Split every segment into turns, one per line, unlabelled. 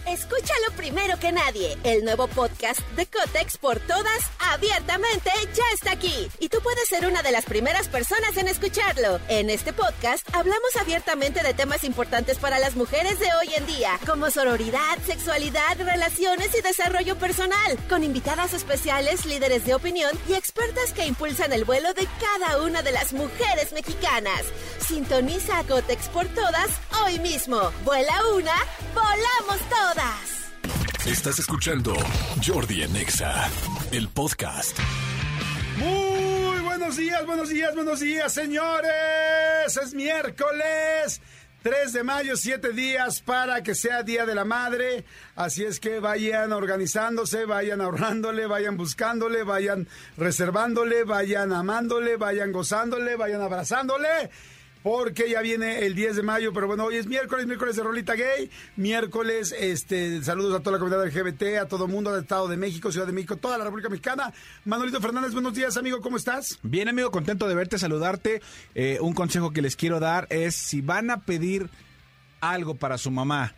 Escúchalo primero que nadie. El nuevo podcast de Cotex por todas, abiertamente, ya está aquí. Y tú puedes ser una de las primeras personas en escucharlo. En este podcast hablamos abiertamente de temas importantes para las mujeres de hoy en día, como sororidad, sexualidad, relaciones y desarrollo personal, con invitadas especiales, líderes de opinión y expertas que impulsan el vuelo de cada una de las mujeres mexicanas. Sintoniza a Cotex por todas hoy mismo. Vuela una, volamos todas.
Estás escuchando Jordi en Exa, el podcast.
Muy buenos días, señores. Es miércoles 3 de mayo, 7 días para que sea Día de la Madre. Así es que vayan organizándose, vayan ahorrándole, vayan buscándole, vayan reservándole, vayan amándole, vayan gozándole, vayan abrazándole. Porque ya viene el 10 de mayo, pero bueno, hoy es miércoles de Rolita Gay, miércoles, saludos a toda la comunidad LGBT, a todo el mundo del Estado de México, Ciudad de México, toda la República Mexicana. Manolito Fernández, buenos días, amigo, ¿cómo estás?
Bien, amigo, contento de verte, saludarte. Un consejo que les quiero dar es, si van a pedir algo para su mamá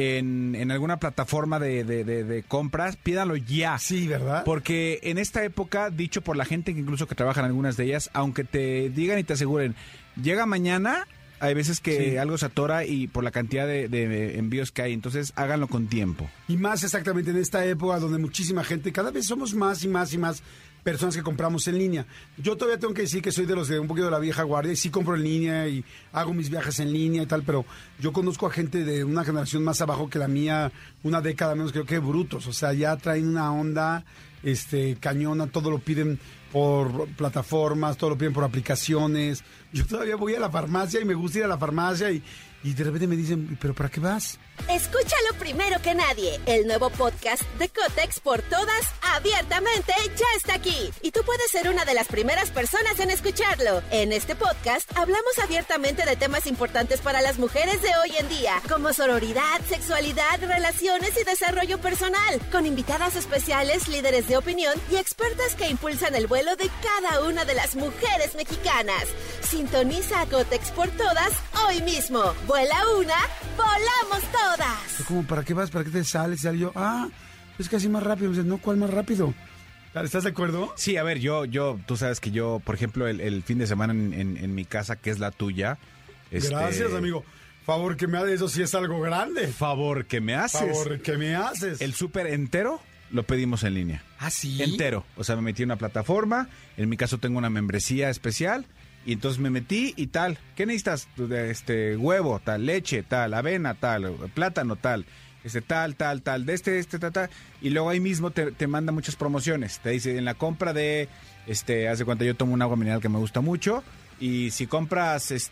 en alguna plataforma de compras, pídanlo ya.
Sí, ¿verdad?
Porque en esta época, dicho por la gente que incluso que trabaja en algunas de ellas, aunque te digan y te aseguren, llega mañana, hay veces que algo se atora y por la cantidad de envíos que hay, entonces háganlo con tiempo.
Y más exactamente en esta época donde muchísima gente, cada vez somos más y más personas que compramos en línea. Yo todavía tengo que decir que soy de los de un poquito de la vieja guardia y sí compro en línea y hago mis viajes en línea y tal, pero yo conozco a gente de una generación más abajo que la mía, una década menos, creo que brutos, o sea, ya traen una onda cañona, todo lo piden por plataformas, todo lo piden por aplicaciones. Yo todavía voy a la farmacia y me gusta ir a la farmacia y de repente me dicen, ¿pero para qué vas?
Escúchalo primero que nadie. El nuevo podcast de Cotex por todas, abiertamente, ya está aquí. Y tú puedes ser una de las primeras personas en escucharlo. En este podcast hablamos abiertamente de temas importantes para las mujeres de hoy en día, como sororidad, sexualidad, relaciones y desarrollo personal, con invitadas especiales, líderes de opinión y expertas que impulsan el vuelo de cada una de las mujeres mexicanas. Sintoniza a Cotex por todas hoy mismo. Vuela una, volamos todas.
¿Cómo, para qué vas? ¿Para qué te sales? Y yo, es casi más rápido. Me dice, no, ¿cuál más rápido? ¿Estás de acuerdo?
Sí, a ver, tú sabes que yo, por ejemplo, el fin de semana en mi casa, que es la tuya.
Gracias, amigo. Favor que me haces, eso sí es algo grande.
Favor que me haces.
Favor que me haces.
El súper entero lo pedimos en línea.
¿Ah, sí?
Entero. O sea, me metí en una plataforma. En mi caso tengo una membresía especial. Y entonces me metí y tal. ¿Qué necesitas? Huevo, tal, leche, tal, avena, tal, plátano, tal, tal, tal. Y luego ahí mismo te manda muchas promociones. Te dice, en la compra de, haz de cuenta, yo tomo un agua mineral que me gusta mucho. Y si compras, 6,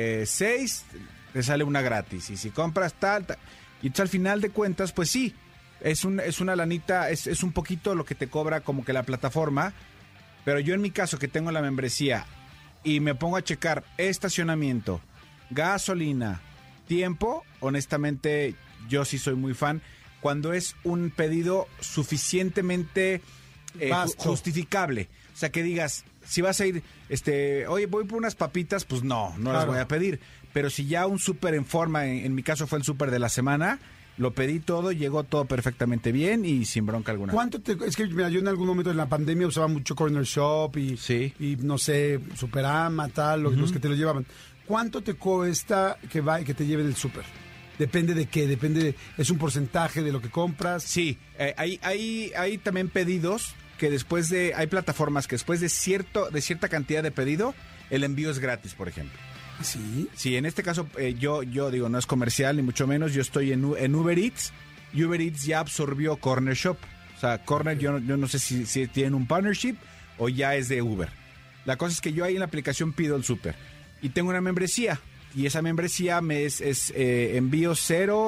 te sale una gratis. Y si compras tal. Y entonces al final de cuentas, pues sí, es una lanita, es un poquito lo que te cobra como que la plataforma. Pero yo en mi caso, que tengo la membresía y me pongo a checar estacionamiento, gasolina, tiempo, honestamente yo sí soy muy fan cuando es un pedido suficientemente justificable. O sea, que digas, si vas a ir, oye, voy por unas papitas, pues no claro, las voy a pedir. Pero si ya un súper en forma, en mi caso fue el súper de la semana, lo pedí todo, llegó todo perfectamente bien y sin bronca alguna.
Es que mira, yo en algún momento en la pandemia usaba mucho Corner Shop y no sé, Superama, tal, los que te lo llevaban. ¿Cuánto te cuesta que te lleven el súper? Depende de qué, es un porcentaje de lo que compras.
Sí, hay también pedidos que hay plataformas que después de cierta cantidad de pedido, el envío es gratis, por ejemplo.
¿Sí?
Sí, en este caso yo digo, no es comercial ni mucho menos, yo estoy en Uber Eats y Uber Eats ya absorbió Corner Shop. O sea, Corner yo no sé si tienen un partnership o ya es de Uber. La cosa es que yo ahí en la aplicación pido el súper y tengo una membresía y esa membresía es envío cero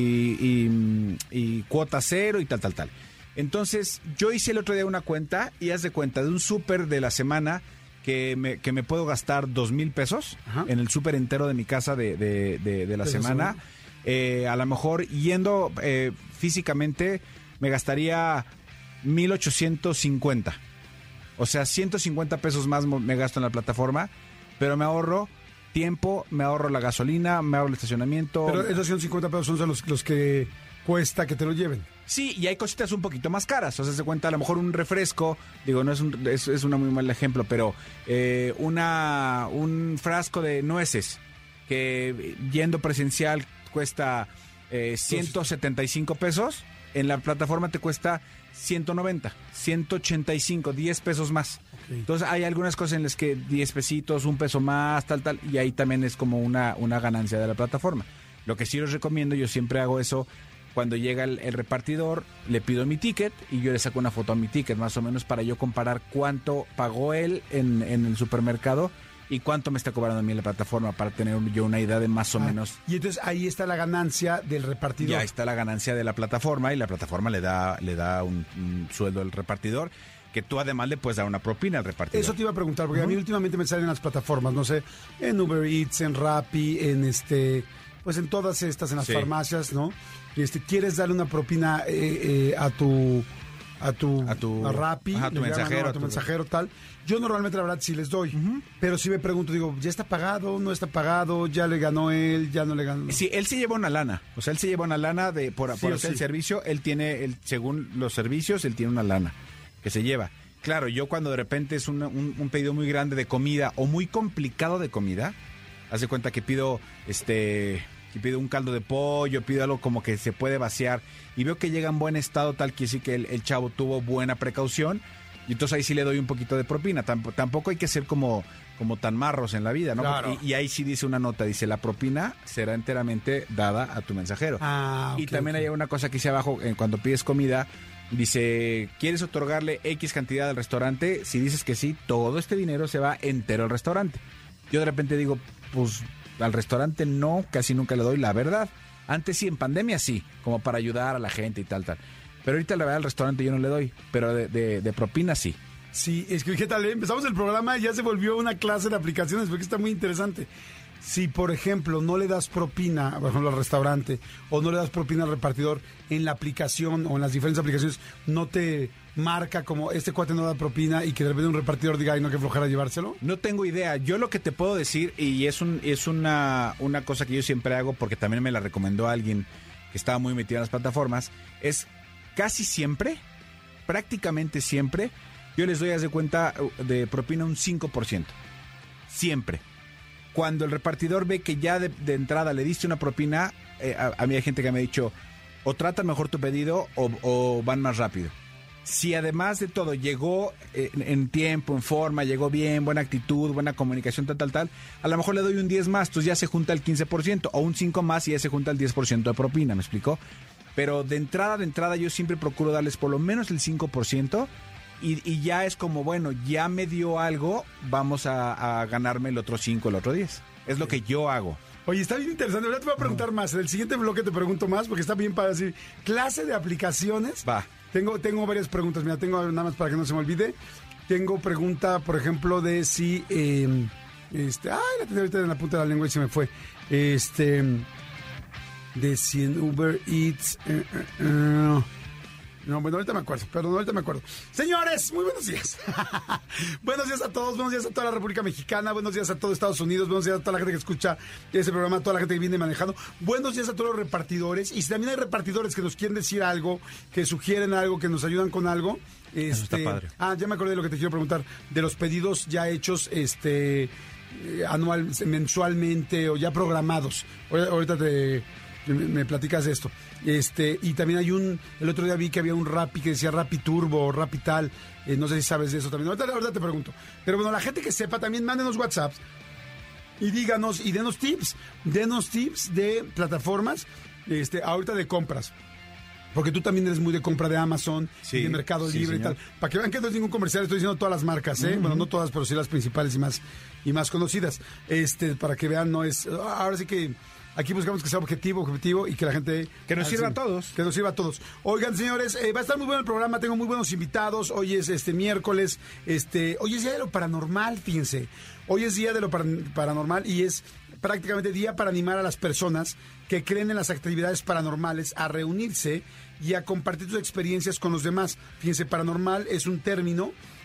y cuota cero y tal. Entonces yo hice el otro día una cuenta y haz de cuenta de un súper de la semana que me puedo gastar 2,000 pesos en el súper entero de mi casa de la semana. A lo mejor yendo físicamente me gastaría 1,850. O sea, 150 pesos más me gasto en la plataforma, pero me ahorro tiempo, me ahorro la gasolina, me ahorro el estacionamiento.
Pero esos 150 pesos son los que cuesta que te lo lleven.
Sí, y hay cositas un poquito más caras. O sea, se cuenta a lo mejor un refresco, digo, no es un muy mal ejemplo, pero un frasco de nueces que yendo presencial cuesta 175 pesos, en la plataforma te cuesta 190, 185, 10 pesos más. Okay. Entonces hay algunas cosas en las que 10 pesitos, un peso más, tal, y ahí también es como una ganancia de la plataforma. Lo que sí les recomiendo, yo siempre hago eso. Cuando llega el repartidor, le pido mi ticket y yo le saco una foto a mi ticket, más o menos para yo comparar cuánto pagó él en el supermercado y cuánto me está cobrando a mí en la plataforma para tener yo una idea de más o menos.
Y entonces ahí está la ganancia del repartidor.
Ya está la ganancia de la plataforma y la plataforma le da un sueldo al repartidor, que tú además le puedes dar una propina al repartidor.
Eso te iba a preguntar, porque a mí últimamente me salen las plataformas, no sé, en Uber Eats, en Rappi, pues en todas estas, en las farmacias, ¿no? ¿Quieres darle una propina a Rappi,
a tu mensajero,
a tu mensajero, tal? Yo normalmente, la verdad, sí les doy, pero sí me pregunto, digo, ¿ya está pagado? ¿No está pagado? ¿Ya le ganó él? ¿Ya no le ganó?
Sí, él se lleva una lana, o sea, él se lleva una lana por hacer el servicio, él tiene, según los servicios, él tiene una lana que se lleva. Claro, yo cuando de repente es un pedido muy grande de comida o muy complicado de comida, haz de cuenta que pido si pido un caldo de pollo, pido algo como que se puede vaciar y veo que llega en buen estado, tal que sí que el chavo tuvo buena precaución, y entonces ahí sí le doy un poquito de propina. Tampoco hay que ser como tan marros en la vida, ¿no?
Claro.
Y ahí sí dice una nota, dice, la propina será enteramente dada a tu mensajero.
Okay,
y también hay una cosa que dice abajo, cuando pides comida, dice, ¿quieres otorgarle X cantidad al restaurante? Si dices que sí, todo este dinero se va entero al restaurante. Yo de repente digo, pues al restaurante no, casi nunca le doy, la verdad. Antes sí, en pandemia sí, como para ayudar a la gente y tal. Pero ahorita la verdad al restaurante yo no le doy, pero de propina sí.
Sí, es que ¿qué tal? Empezamos el programa y ya se volvió una clase de aplicaciones porque está muy interesante. Si, por ejemplo, no le das propina, por ejemplo, al restaurante, o no le das propina al repartidor, en la aplicación o en las diferentes aplicaciones, no te marca como este cuate no da propina y que de repente un repartidor diga, ay, no, que flojera llevárselo.
No tengo idea. Yo lo que te puedo decir, y es una cosa que yo siempre hago, porque también me la recomendó alguien que estaba muy metido en las plataformas, es casi siempre, prácticamente siempre, yo les doy, haz de cuenta, de propina un 5%. Siempre. Cuando el repartidor ve que ya de entrada le diste una propina, a mí hay gente que me ha dicho, o trata mejor tu pedido o van más rápido. Si además de todo llegó en tiempo, en forma, llegó bien, buena actitud, buena comunicación, tal, a lo mejor le doy un 10 más, entonces ya se junta el 15%, o un 5 más y ya se junta el 10% de propina, ¿me explicó? Pero de entrada yo siempre procuro darles por lo menos el 5%, y ya es como, bueno, ya me dio algo, vamos a ganarme el otro 5, el otro 10. Es lo que yo hago.
Oye, está bien interesante. Ahora te voy a preguntar más. En el siguiente bloque te pregunto más porque está bien para decir clase de aplicaciones.
Va.
Tengo varias preguntas. Mira, tengo nada más para que no se me olvide. Tengo pregunta, por ejemplo, de si... la tenía ahorita en la punta de la lengua y se me fue. De si en Uber Eats... No, bueno, ahorita me acuerdo. Señores, muy buenos días. Buenos días a todos, buenos días a toda la República Mexicana, buenos días a todo Estados Unidos, buenos días a toda la gente que escucha este programa, a toda la gente que viene manejando. Buenos días a todos los repartidores. Y si también hay repartidores que nos quieren decir algo, que sugieren algo, que nos ayudan con algo.
Eso está padre.
Ya me acordé de lo que te quiero preguntar, de los pedidos ya hechos, mensualmente o ya programados. Ahorita me platicas de esto. Y también hay el otro día vi que había un Rappi que decía Rappi Turbo o Rappi tal, no sé si sabes de eso también. Ahorita te pregunto. Pero bueno, la gente que sepa también mándenos WhatsApps y díganos y denos tips de plataformas, ahorita de compras. Porque tú también eres muy de compra de Amazon, y de Mercado Libre, señor. Y tal. Para que vean que no es ningún comercial, estoy diciendo todas las marcas, ¿eh? Bueno, no todas, pero sí las principales y más conocidas. Para que vean, no es... Ahora sí que aquí buscamos que sea objetivo y que la gente...
Que nos sirva a todos.
Que nos sirva a todos. Oigan, señores, va a estar muy bueno el programa, tengo muy buenos invitados. Hoy es miércoles, hoy es día de lo paranormal, fíjense. Hoy es día de lo paranormal y es prácticamente día para animar a las personas que creen en las actividades paranormales a reunirse y a compartir sus experiencias con los demás. Fíjense, paranormal es un término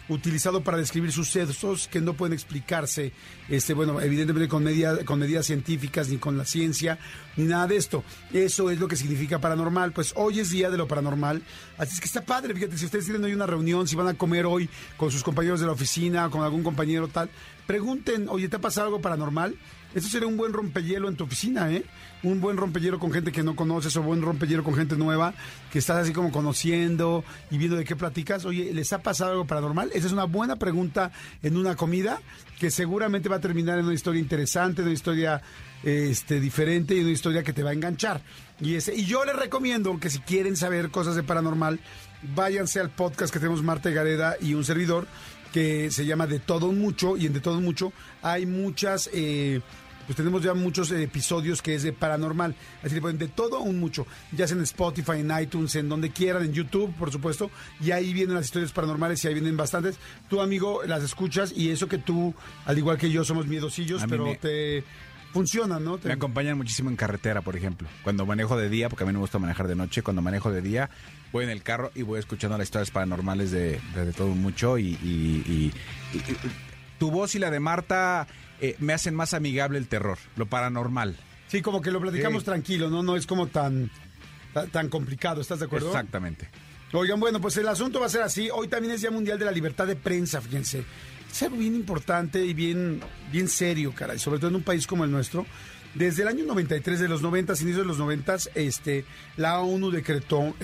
utilizado para describir sucesos que no pueden explicarse, bueno, evidentemente con medidas científicas, ni con la ciencia, ni nada de esto. Eso es lo que significa paranormal. Pues hoy es día de lo paranormal, así es que está padre. Fíjate, si ustedes tienen hoy una reunión, si van a comer hoy con sus compañeros de la oficina, con algún compañero tal, pregunten, oye, ¿te ha pasado algo paranormal? Eso sería un buen rompehielo en tu oficina, ¿eh? Un buen rompehielo con gente que no conoces, o buen rompehielo con gente nueva, que estás así como conociendo y viendo de qué platicas. Oye, ¿les ha pasado algo paranormal? Esa es una buena pregunta en una comida, que seguramente va a terminar en una historia interesante, en una historia diferente y una historia que te va a enganchar. Y yo les recomiendo que si quieren saber cosas de paranormal, váyanse al podcast que tenemos Marta Gareda y un servidor, que se llama De Todo Un Mucho, y en De Todo Un Mucho hay muchas, pues tenemos ya muchos episodios que es de paranormal, así que pueden De Todo Un Mucho, ya sea en Spotify, en iTunes, en donde quieran, en YouTube, por supuesto, y ahí vienen las historias paranormales y ahí vienen bastantes. Tú, amigo, las escuchas y eso que tú, al igual que yo, somos miedosillos, pero te funcionan, ¿no?
Me acompañan muchísimo en carretera, por ejemplo. Cuando manejo de día, porque a mí no me gusta manejar de noche, cuando manejo de día, voy en el carro y voy escuchando las historias paranormales de Todo Un Mucho y tu voz y la de Marta me hacen más amigable el terror, lo paranormal.
Sí, como que lo platicamos tranquilo, ¿no? No es como tan complicado, ¿estás de acuerdo?
Exactamente.
Oigan, bueno, pues el asunto va a ser así. Hoy también es Día Mundial de la Libertad de Prensa, fíjense. Es algo bien importante y bien serio, caray, sobre todo en un país como el nuestro. Desde el año 93, de los 90, inicio de los 90, la ONU decretó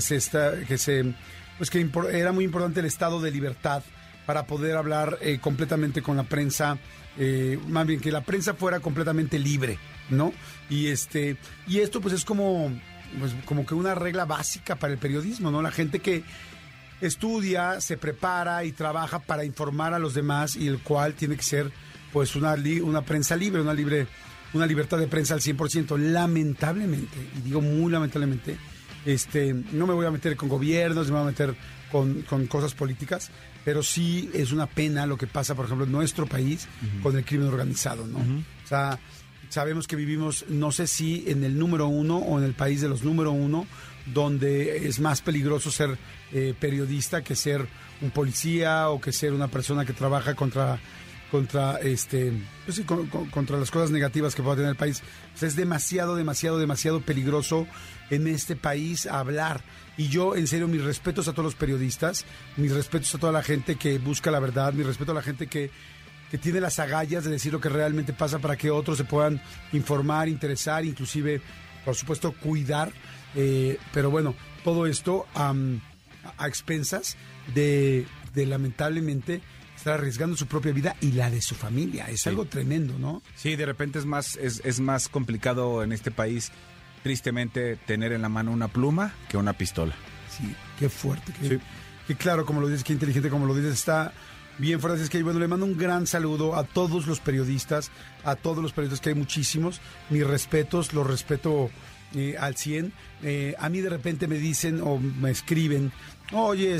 que era muy importante el estado de libertad para poder hablar completamente con la prensa, más bien que la prensa fuera completamente libre, ¿no? Y esto pues es como que una regla básica para el periodismo, ¿no? La gente que estudia, se prepara y trabaja para informar a los demás, y el cual tiene que ser pues una prensa libre, una libertad de prensa al 100%. Lamentablemente, y digo muy lamentablemente, no me voy a meter con gobiernos, no me voy a meter con cosas políticas, pero sí es una pena lo que pasa, por ejemplo, en nuestro país con el crimen organizado, ¿no? O sea, sabemos que vivimos, no sé si en el número 1 o en el país de los número 1, donde es más peligroso ser periodista que ser un policía o que ser una persona que trabaja contra las cosas negativas que pueda tener el país. O sea, es demasiado peligroso en este país hablar. Y yo, en serio, mis respetos a todos los periodistas, mis respetos a toda la gente que busca la verdad, mis respeto a la gente que tiene las agallas de decir lo que realmente pasa para que otros se puedan informar, interesar, inclusive, por supuesto, cuidar. Pero bueno, todo esto a expensas de lamentablemente estar arriesgando su propia vida y la de su familia. Es algo tremendo, ¿no? Sí, de repente es más complicado en este país, tristemente, tener en la mano una pluma que una pistola. Sí, qué fuerte. Que claro, como lo dices, qué inteligente, como lo dices, está bien fuerte. Es que, bueno, le mando un gran saludo a todos los periodistas, que hay muchísimos. Mis respetos, los respeto al 100. A mí de repente me dicen o me escriben, oye,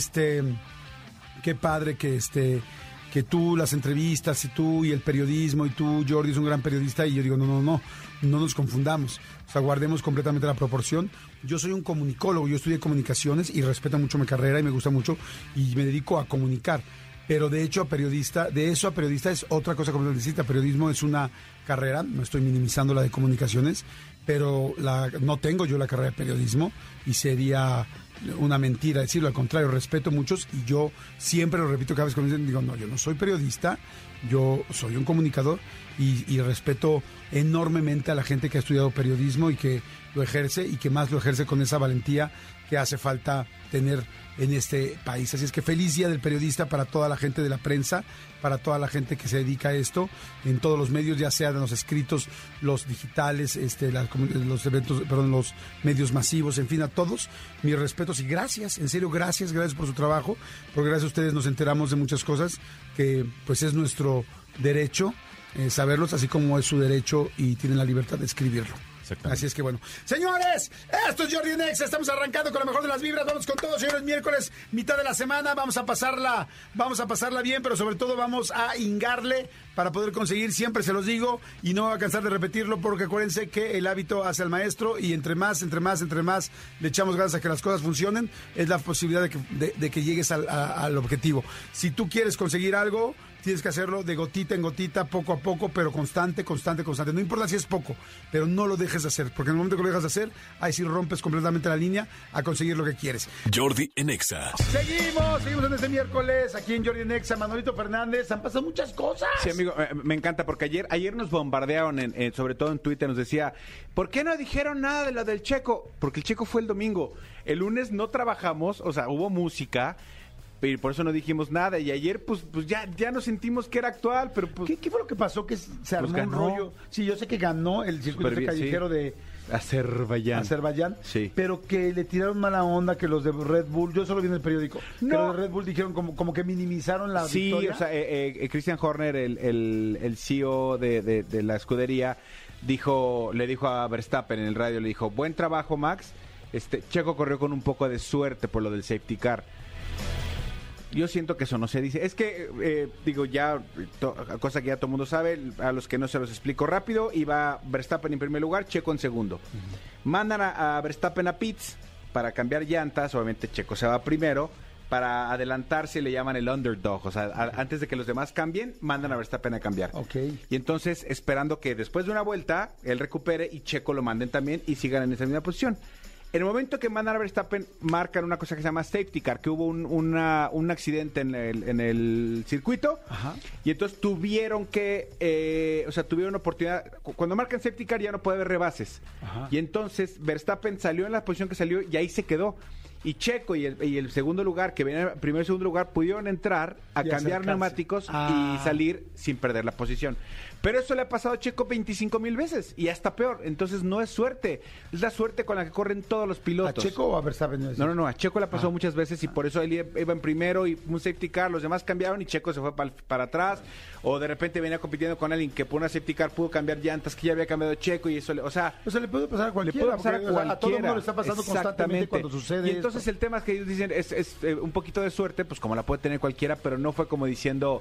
qué padre que tú las entrevistas y tú y el periodismo y tú, Jordi, es un gran periodista. Y yo digo, no nos confundamos. O sea, guardemos completamente la proporción. Yo soy un comunicólogo, yo estudié comunicaciones y respeto mucho mi carrera y me gusta mucho y me dedico a comunicar. Pero de eso a periodista es otra cosa completamente distinta. Periodismo es una carrera, no estoy minimizando la de comunicaciones, pero no tengo yo la carrera de periodismo y sería una mentira decirlo. Al contrario, respeto muchos y yo siempre lo repito cada vez que me dicen, digo, no, yo no soy periodista, yo soy un comunicador y respeto enormemente a la gente que ha estudiado periodismo y que lo ejerce y que más lo ejerce con esa valentía que hace falta tener en este país. Así es que feliz Día del Periodista para toda la gente de la prensa, para toda la gente que se dedica a esto en todos los medios, ya sea de los escritos, los digitales, los medios masivos, en fin, a todos mis respetos y gracias, en serio, gracias por su trabajo, porque gracias a ustedes nos enteramos de muchas cosas que pues es nuestro derecho saberlos, así como es su derecho y tienen la libertad de escribirlo. Así es que bueno, señores, esto es Jordi en Exa, estamos arrancando con la mejor de las vibras, vamos con todo, señores, miércoles, mitad de la semana, vamos a pasarla bien, pero sobre todo vamos a hingarle para poder conseguir, siempre se los digo, y no me voy a cansar de repetirlo, porque acuérdense que el hábito hace al maestro, y entre más le echamos ganas a que las cosas funcionen, es la posibilidad de que llegues al objetivo. Si tú quieres conseguir algo, tienes que hacerlo de gotita en gotita, poco a poco, pero constante. No importa si es poco, pero no lo dejes de hacer, porque en el momento que lo dejas de hacer, ahí sí rompes completamente la línea a conseguir lo que quieres.
Jordi en Exa.
Seguimos en este miércoles, aquí en Jordi en Exa. Manolito Fernández, han pasado muchas cosas.
Sí, amigo, me encanta, porque ayer nos bombardearon, sobre todo en Twitter, nos decía, ¿por qué no dijeron nada de lo del Checo? Porque el Checo fue el domingo. El lunes no trabajamos, o sea, hubo música, y por eso no dijimos nada, y ayer pues ya nos sentimos que era actual, pero pues...
¿Qué fue lo que pasó? Que se armó un rollo. Sí, yo sé que ganó el circuito callejero de
Azerbaiyán,
sí. Pero que le tiraron mala onda, que los de Red Bull, yo solo vi en el periódico, que los de Red Bull dijeron como que minimizaron la victoria.
Sí, o sea, Christian Horner, el CEO de la escudería, le dijo a Verstappen en el radio, le dijo, buen trabajo, Max, Checo corrió con un poco de suerte por lo del safety car. Yo siento que eso no se dice. Es que, cosa que ya todo el mundo sabe, a los que no se los explico rápido, iba Verstappen en primer lugar, Checo en segundo. Mandan a Verstappen a pits para cambiar llantas, obviamente Checo se va primero, para adelantarse le llaman el underdog, o sea, antes de que los demás cambien, mandan a Verstappen a cambiar.
Okay.
Y entonces, esperando que después de una vuelta, él recupere y Checo lo manden también y sigan en esa misma posición. En el momento que mandan a Verstappen, marcan una cosa que se llama safety car, que hubo un accidente en el circuito. Ajá. Y entonces tuvieron tuvieron oportunidad. Cuando marcan safety car ya no puede haber rebases. Ajá. Y entonces Verstappen salió en la posición que salió y ahí se quedó. Y Checo y el segundo lugar, que venía primero y segundo lugar, pudieron entrar a cambiar neumáticos y salir sin perder la posición. Pero eso le ha pasado a Checo 25,000 veces y hasta peor. Entonces no es suerte, es la suerte con la que corren todos los pilotos.
¿A Checo o a Verstappen?
No, a Checo le ha pasado muchas veces y por eso él iba en primero y un safety car, los demás cambiaron y Checo se fue para atrás. O de repente venía compitiendo con alguien que por una safety car pudo cambiar llantas que ya había cambiado Checo y eso,
le puede pasar a cualquiera. A todo el mundo le está pasando constantemente cuando sucede.
Y entonces el tema es que ellos dicen es un poquito de suerte, pues como la puede tener cualquiera, pero no fue como diciendo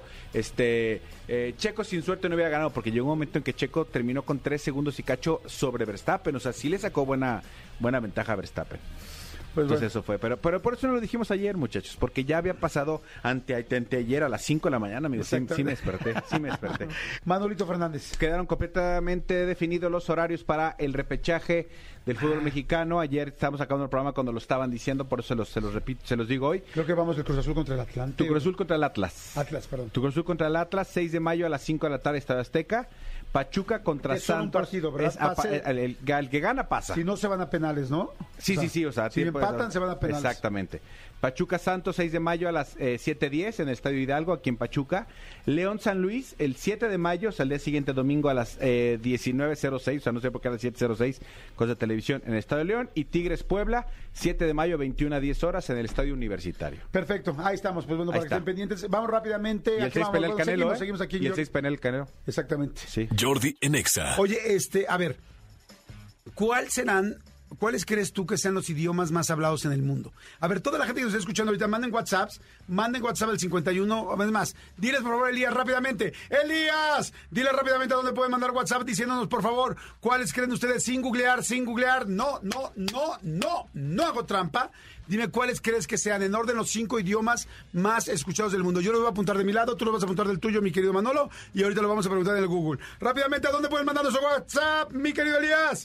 Checo sin suerte no hubiera ganado, porque llegó un momento en que Checo terminó con 3 segundos y cacho sobre Verstappen, o sea, sí le sacó buena ventaja a Verstappen. Pues entonces eso fue, pero por eso no lo dijimos ayer, muchachos, porque ya había pasado ayer a las 5 de la mañana, amigo. Sí me desperté.
Manolito Fernández.
Quedaron completamente definidos los horarios para el repechaje del fútbol mexicano. Ayer estábamos acabando el programa cuando lo estaban diciendo, por eso se los repito, se los digo hoy.
Creo que vamos el Cruz Azul contra el Atlante.
Tu Cruz Azul contra el Atlas. Tu Cruz Azul contra el Atlas, 6 de mayo a las 5 de la tarde, Estadio Azteca. Pachuca contra Santos.
Un partido, ¿verdad?
El que gana pasa.
Si no, se van a penales, ¿no?
Sí. O sea,
si empatan, se van a penales.
Exactamente. Pachuca Santos, 6 de mayo a las 7:10 en el Estadio Hidalgo, aquí en Pachuca. León San Luis, el 7 de mayo, o sea, el día siguiente domingo a las 19:06, o sea, no sé por qué a las 7:06, cosa de televisión en el Estadio León. Y Tigres Puebla, 7 de mayo, 21:10 horas en el Estadio Universitario.
Perfecto, ahí estamos. Pues bueno, para que estén pendientes. Vamos rápidamente.
Y el 6 pelea el Canelo,
seguimos aquí.
Y el 6 pelea el Canelo.
Exactamente.
Sí.
Jordi en Exa.
Oye, a ver, ¿cuáles crees tú que sean los idiomas más hablados en el mundo? A ver, toda la gente que nos está escuchando ahorita, manden WhatsApp al 51, es más, diles por favor, Elías, rápidamente. ¡Elías! Dile rápidamente a dónde pueden mandar WhatsApp diciéndonos, por favor, ¿cuáles creen ustedes sin googlear? No hago trampa. Dime cuáles crees que sean en orden los 5 idiomas más escuchados del mundo. Yo los voy a apuntar de mi lado, tú los vas a apuntar del tuyo, mi querido Manolo, y ahorita lo vamos a preguntar en el Google. Rápidamente, ¿a dónde pueden mandar su WhatsApp, mi querido Elías?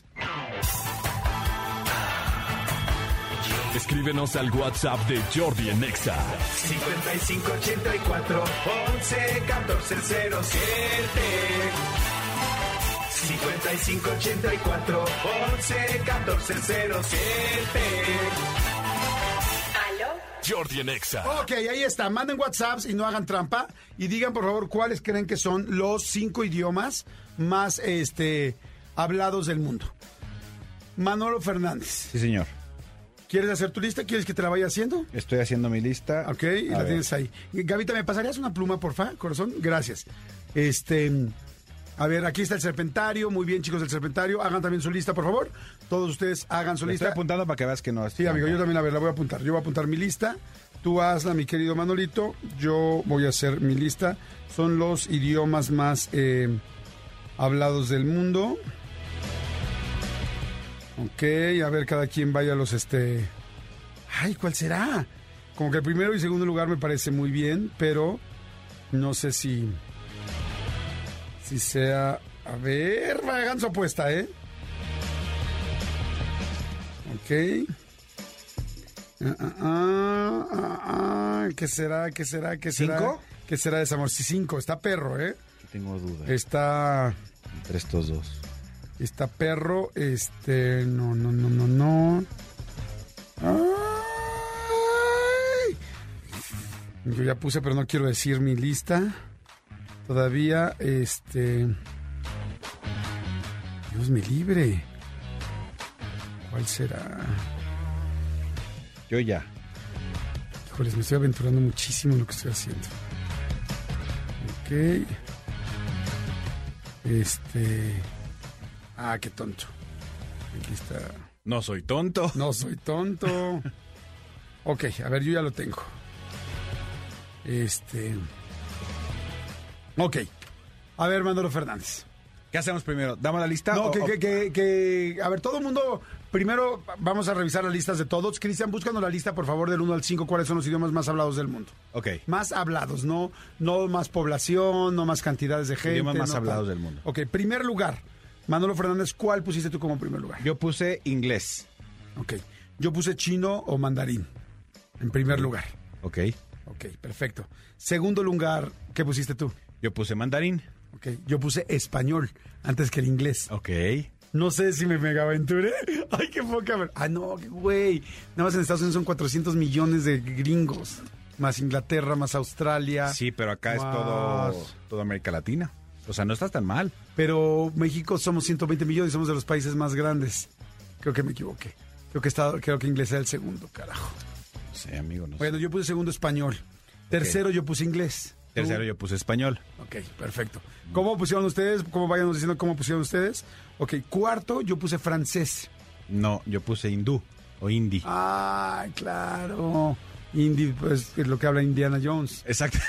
Escríbenos al WhatsApp de Jordi en Exa.
5584 11 14 07. 5584 11 14 07.
Jordi en Exa.
Ok, ahí está. Manden WhatsApps y no hagan trampa. Y digan, por favor, cuáles creen que son los 5 idiomas más hablados del mundo. Manolo Fernández.
Sí, señor.
¿Quieres hacer tu lista? ¿Quieres que te la vaya haciendo?
Estoy haciendo mi lista.
Ok, y la tienes ahí. Gavita, ¿me pasarías una pluma, porfa, corazón? Gracias. A ver, aquí está el Serpentario. Muy bien, chicos del Serpentario. Hagan también su lista, por favor. Todos ustedes hagan su lista.
Estoy apuntando para que veas que no.
Sí, amigo, yo también, a ver, la voy a apuntar. Yo voy a apuntar mi lista. Tú hazla, mi querido Manolito. Yo voy a hacer mi lista. Son los idiomas más hablados del mundo. Ok, a ver, cada quien vaya a los Ay, ¿cuál será? Como que el primero y segundo lugar me parece muy bien, pero no sé si sea... A ver, hagan su apuesta, ¿eh? Ok. ¿Qué será?
¿Cinco?
¿Qué será de ese amor? Sí, 5. Está perro, ¿eh?
Tengo dudas.
Está...
Entre estos dos.
Está perro, no. Ay. Yo ya puse, pero no quiero decir mi lista. Todavía, Dios me libre. ¿Cuál será?
Yo ya.
Híjoles, me estoy aventurando muchísimo en lo que estoy haciendo. Ok. Qué tonto. Aquí está.
No soy tonto.
No soy tonto. Ok, a ver, yo ya lo tengo. Ok. A ver, Manolo Fernández.
¿Qué hacemos primero? ¿Damos la lista?
No, a ver, todo el mundo, primero vamos a revisar las listas de todos. Cristian, búscanos la lista, por favor, del 1 al 5, cuáles son los idiomas más hablados del mundo.
Ok.
Más hablados, no más población, no más cantidades de gente.
Idiomas más hablados
tal.
del mundo.
Ok, primer lugar. Manolo Fernández, ¿cuál pusiste tú como primer lugar?
Yo puse inglés.
Ok. Yo puse chino o mandarín, en primer lugar.
Ok.
Ok, perfecto. Segundo lugar, ¿qué pusiste tú?
Yo puse mandarín.
Ok, yo puse español antes que el inglés.
Ok.
No sé si me mega aventuré. Ay, qué poca. No, qué güey. Nada más en Estados Unidos son 400 millones de gringos. Más Inglaterra, más Australia.
Sí, pero acá es toda América Latina. O sea, no estás tan mal.
Pero México somos 120 millones y somos de los países más grandes. Creo que me equivoqué. Creo que inglés era el segundo, carajo.
Sí, amigo. No sé.
Bueno, yo puse segundo español. Tercero yo puse inglés.
Tercero yo puse español.
Ok, perfecto. ¿Cómo pusieron ustedes? ¿Cómo vayan diciendo cómo pusieron ustedes? Ok, cuarto yo puse francés.
No, yo puse hindú o hindi.
Ay, claro. Hindi, pues, es lo que habla Indiana Jones.
Exacto.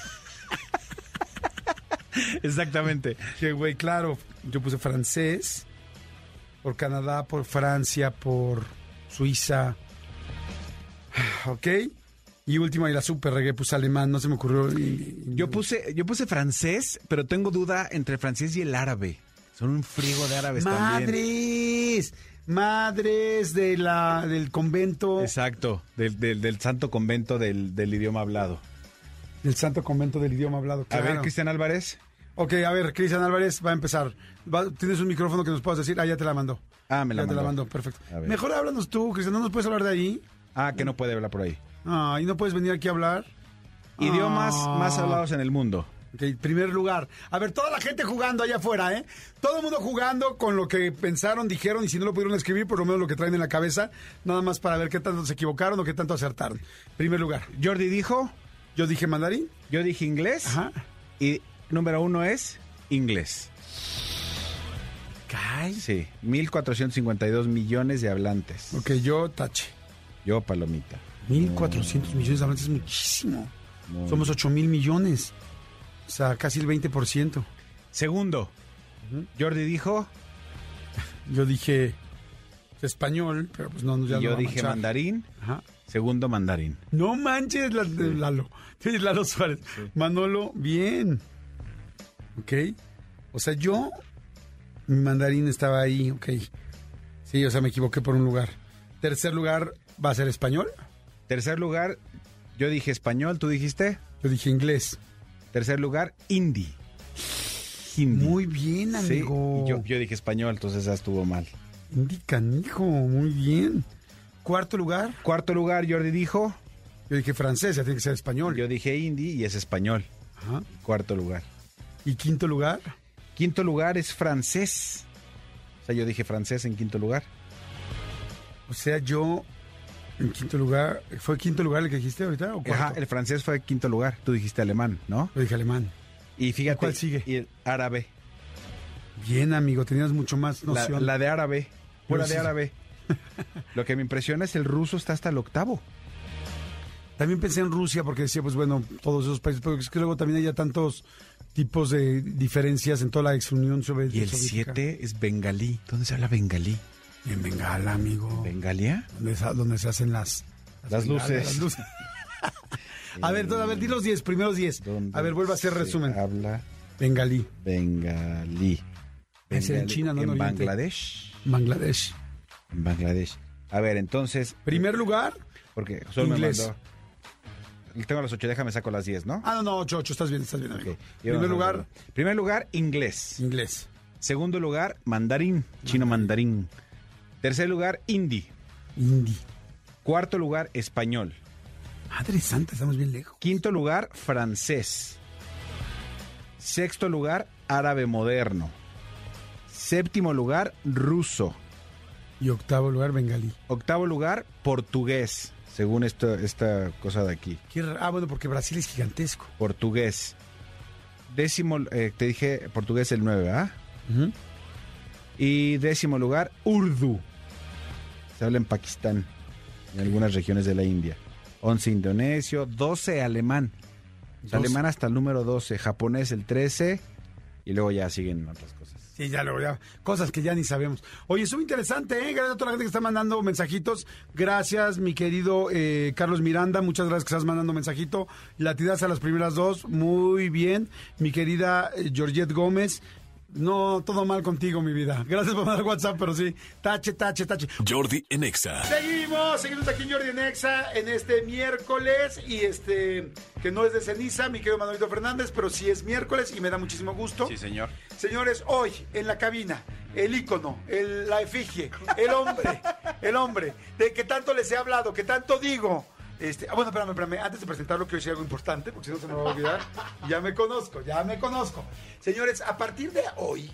Exactamente.
Que güey, claro. Yo puse francés. Por Canadá, por Francia, por Suiza. Ok. Y última, y la super regué, puse alemán, no se me ocurrió.
Yo puse francés, pero tengo duda entre el francés y el árabe. Son un frigo de árabes también. ¡Madres! Del convento. Exacto, del santo convento del idioma hablado.
Del santo convento del idioma hablado, claro.
A ver, Cristian Álvarez.
Ok, a ver, Cristian Álvarez va a empezar. ¿Tienes un micrófono que nos puedas decir? Ah, ya te la mandó.
Ah, me la mandó.
Ya te la mandó, perfecto. Mejor háblanos tú, Cristian, ¿no nos puedes hablar de ahí?
Ah, que no puede hablar por ahí.
¿Y no puedes venir aquí a hablar?
Idiomas más hablados en el mundo.
Ok, primer lugar. A ver, toda la gente jugando allá afuera, ¿eh? Todo el mundo jugando con lo que pensaron, dijeron, y si no lo pudieron escribir, por lo menos lo que traen en la cabeza, nada más para ver qué tanto se equivocaron o qué tanto acertaron. Primer lugar.
Jordi dijo.
Yo dije mandarín.
Yo dije inglés.
Ajá.
Y número 1 es inglés.
¿Cae?
Sí, 1,452 millones de hablantes.
Ok, yo tache.
Yo palomita.
1,400 millones de hablantes es muchísimo. Somos 8,000 millones. O sea, casi el 20%.
Segundo, Jordi dijo.
Yo dije español, pero pues no, ya
y
lo
yo
va a
dije
manchar.
mandarín.
Ajá.
Segundo, mandarín.
No manches, Lalo. Sí, Lalo Suárez. Sí. Manolo, bien. Ok. O sea, mi mandarín estaba ahí, ok. Sí, o sea, me equivoqué por un lugar. Tercer lugar, ¿va a ser español?
Tercer lugar, yo dije español, ¿tú dijiste?
Yo dije inglés.
Tercer lugar, hindi.
Muy bien, amigo.
Sí, yo dije español, entonces ya estuvo mal.
Hindi canijo, muy bien. Cuarto lugar.
Cuarto lugar, Jordi dijo.
Yo dije francés, ya tiene que ser español.
Yo dije hindi y es español.
Ajá.
Cuarto lugar.
¿Y quinto lugar?
Quinto lugar es francés. O sea, yo dije francés en quinto lugar.
O sea, yo en quinto lugar. ¿Fue quinto lugar el que dijiste ahorita o cuarto?
Ajá, el francés fue quinto lugar. Tú dijiste alemán, ¿no?
Yo dije alemán.
Y fíjate.
¿Cuál sigue?
Y el árabe.
Bien, amigo, tenías mucho más noción.
La de árabe. Pura de
sí.
árabe. Lo que me impresiona es el ruso está hasta el octavo.
También pensé en Rusia porque decía, pues bueno, todos esos países, pero es que luego también hay tantos tipos de diferencias en toda la ex Unión Soviética.
Y el 7 es bengalí. ¿Dónde se habla bengalí?
En Bengala, amigo.
¿Bengalia?
Donde se hacen las
luces.
Las luces. A ver, di los 10, primeros 10. A ver, vuelve a hacer resumen.
Habla
bengalí.
Bengalí.
Es en China, no en Oriente.
Bangladesh.
En
Bangladesh. A ver, entonces...
Primer lugar,
porque solo
inglés.
me mandó... Tengo las 8, déjame saco las 10, ¿no?
No, 8, estás bien, amigo.
Okay. Primer lugar, inglés. Segundo lugar, mandarín, chino mandarín. Tercer lugar, hindi. Cuarto lugar, español.
Madre santa, estamos bien lejos.
Quinto lugar, francés. Sexto lugar, árabe moderno. Séptimo lugar, ruso.
Y octavo lugar, bengalí.
Octavo lugar, portugués, según esta cosa de aquí.
Bueno, porque Brasil es gigantesco.
Portugués. Décimo, te dije portugués el 9, ¿ah?
Uh-huh.
Y décimo lugar, urdu. Se habla en Pakistán, en algunas regiones de la India. 11 indonesio, 12 alemán. Alemán hasta el número 12, japonés el 13 y luego ya siguen otras cosas.
Sí, ya cosas que ya ni sabemos. Oye, es muy interesante, ¿eh? Gracias a toda la gente que está mandando mensajitos. Gracias, mi querido Carlos Miranda, muchas gracias que estás mandando mensajito. Latidas a las primeras 2, muy bien. Mi querida Georgette Gómez. No, todo mal contigo, mi vida. Gracias por mandar WhatsApp, pero sí. Tache.
Jordi en Exa.
Seguimos aquí en Jordi en Exa en este miércoles y que no es de ceniza, mi querido Manuelito Fernández, pero sí es miércoles y me da muchísimo gusto.
Sí, señor.
Señores, hoy en la cabina, el ícono, la efigie, el hombre, de que tanto les he hablado, que tanto digo. Bueno, espérame, antes de presentarlo quiero decir algo importante, porque si no se me va a olvidar. Ya me conozco. Señores, a partir de hoy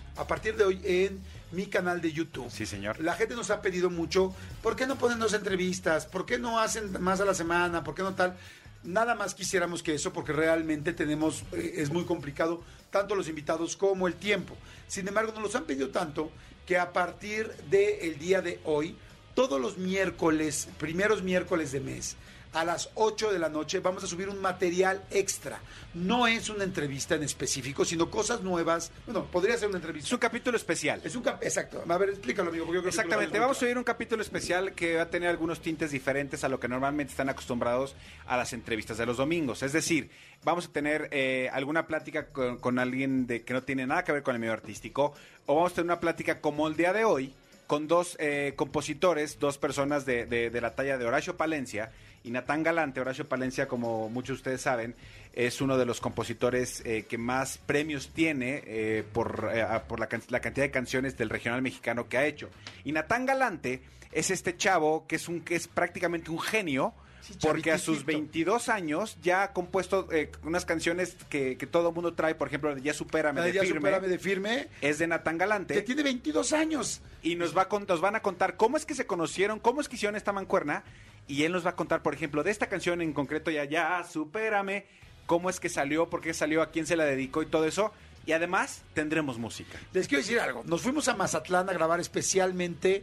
en mi canal de YouTube.
Sí, señor.
La gente nos ha pedido mucho, ¿por qué no ponen 2 entrevistas? ¿Por qué no hacen más a la semana? ¿Por qué no tal? Nada más quisiéramos que eso, porque realmente es muy complicado, tanto los invitados como el tiempo. Sin embargo, nos los han pedido tanto que a partir del día de hoy, todos los miércoles, primeros miércoles de mes, a las 8 de la noche vamos a subir un material extra. No es una entrevista en específico, sino cosas nuevas. Bueno, podría ser una entrevista.
Es un capítulo especial.
Exacto. A ver, explícalo, amigo. Porque yo creo
exactamente. Vamos a subir un capítulo especial que va a tener algunos tintes diferentes a lo que normalmente están acostumbrados a las entrevistas de los domingos. Es decir, vamos a tener alguna plática con alguien que no tiene nada que ver con el medio artístico, o vamos a tener una plática como el día de hoy, con 2 compositores, 2 personas de la talla de Horacio Palencia y Natán Galante. Horacio Palencia, como muchos de ustedes saben, es uno de los compositores que más premios tiene por la cantidad de canciones del regional mexicano que ha hecho. Y Natán Galante es este chavo que es prácticamente un genio. Sí, porque a sus 22 años ya ha compuesto unas canciones que todo el mundo trae, por ejemplo, Ya Supérame de Firme. Es de Natán Galante.
Que tiene 22 años.
Y nos van a contar cómo es que se conocieron, cómo es que hicieron esta mancuerna. Y él nos va a contar, por ejemplo, de esta canción en concreto, Ya Supérame, cómo es que salió, por qué salió, a quién se la dedicó y todo eso. Y además tendremos música.
Les quiero decir algo. Nos fuimos a Mazatlán a grabar especialmente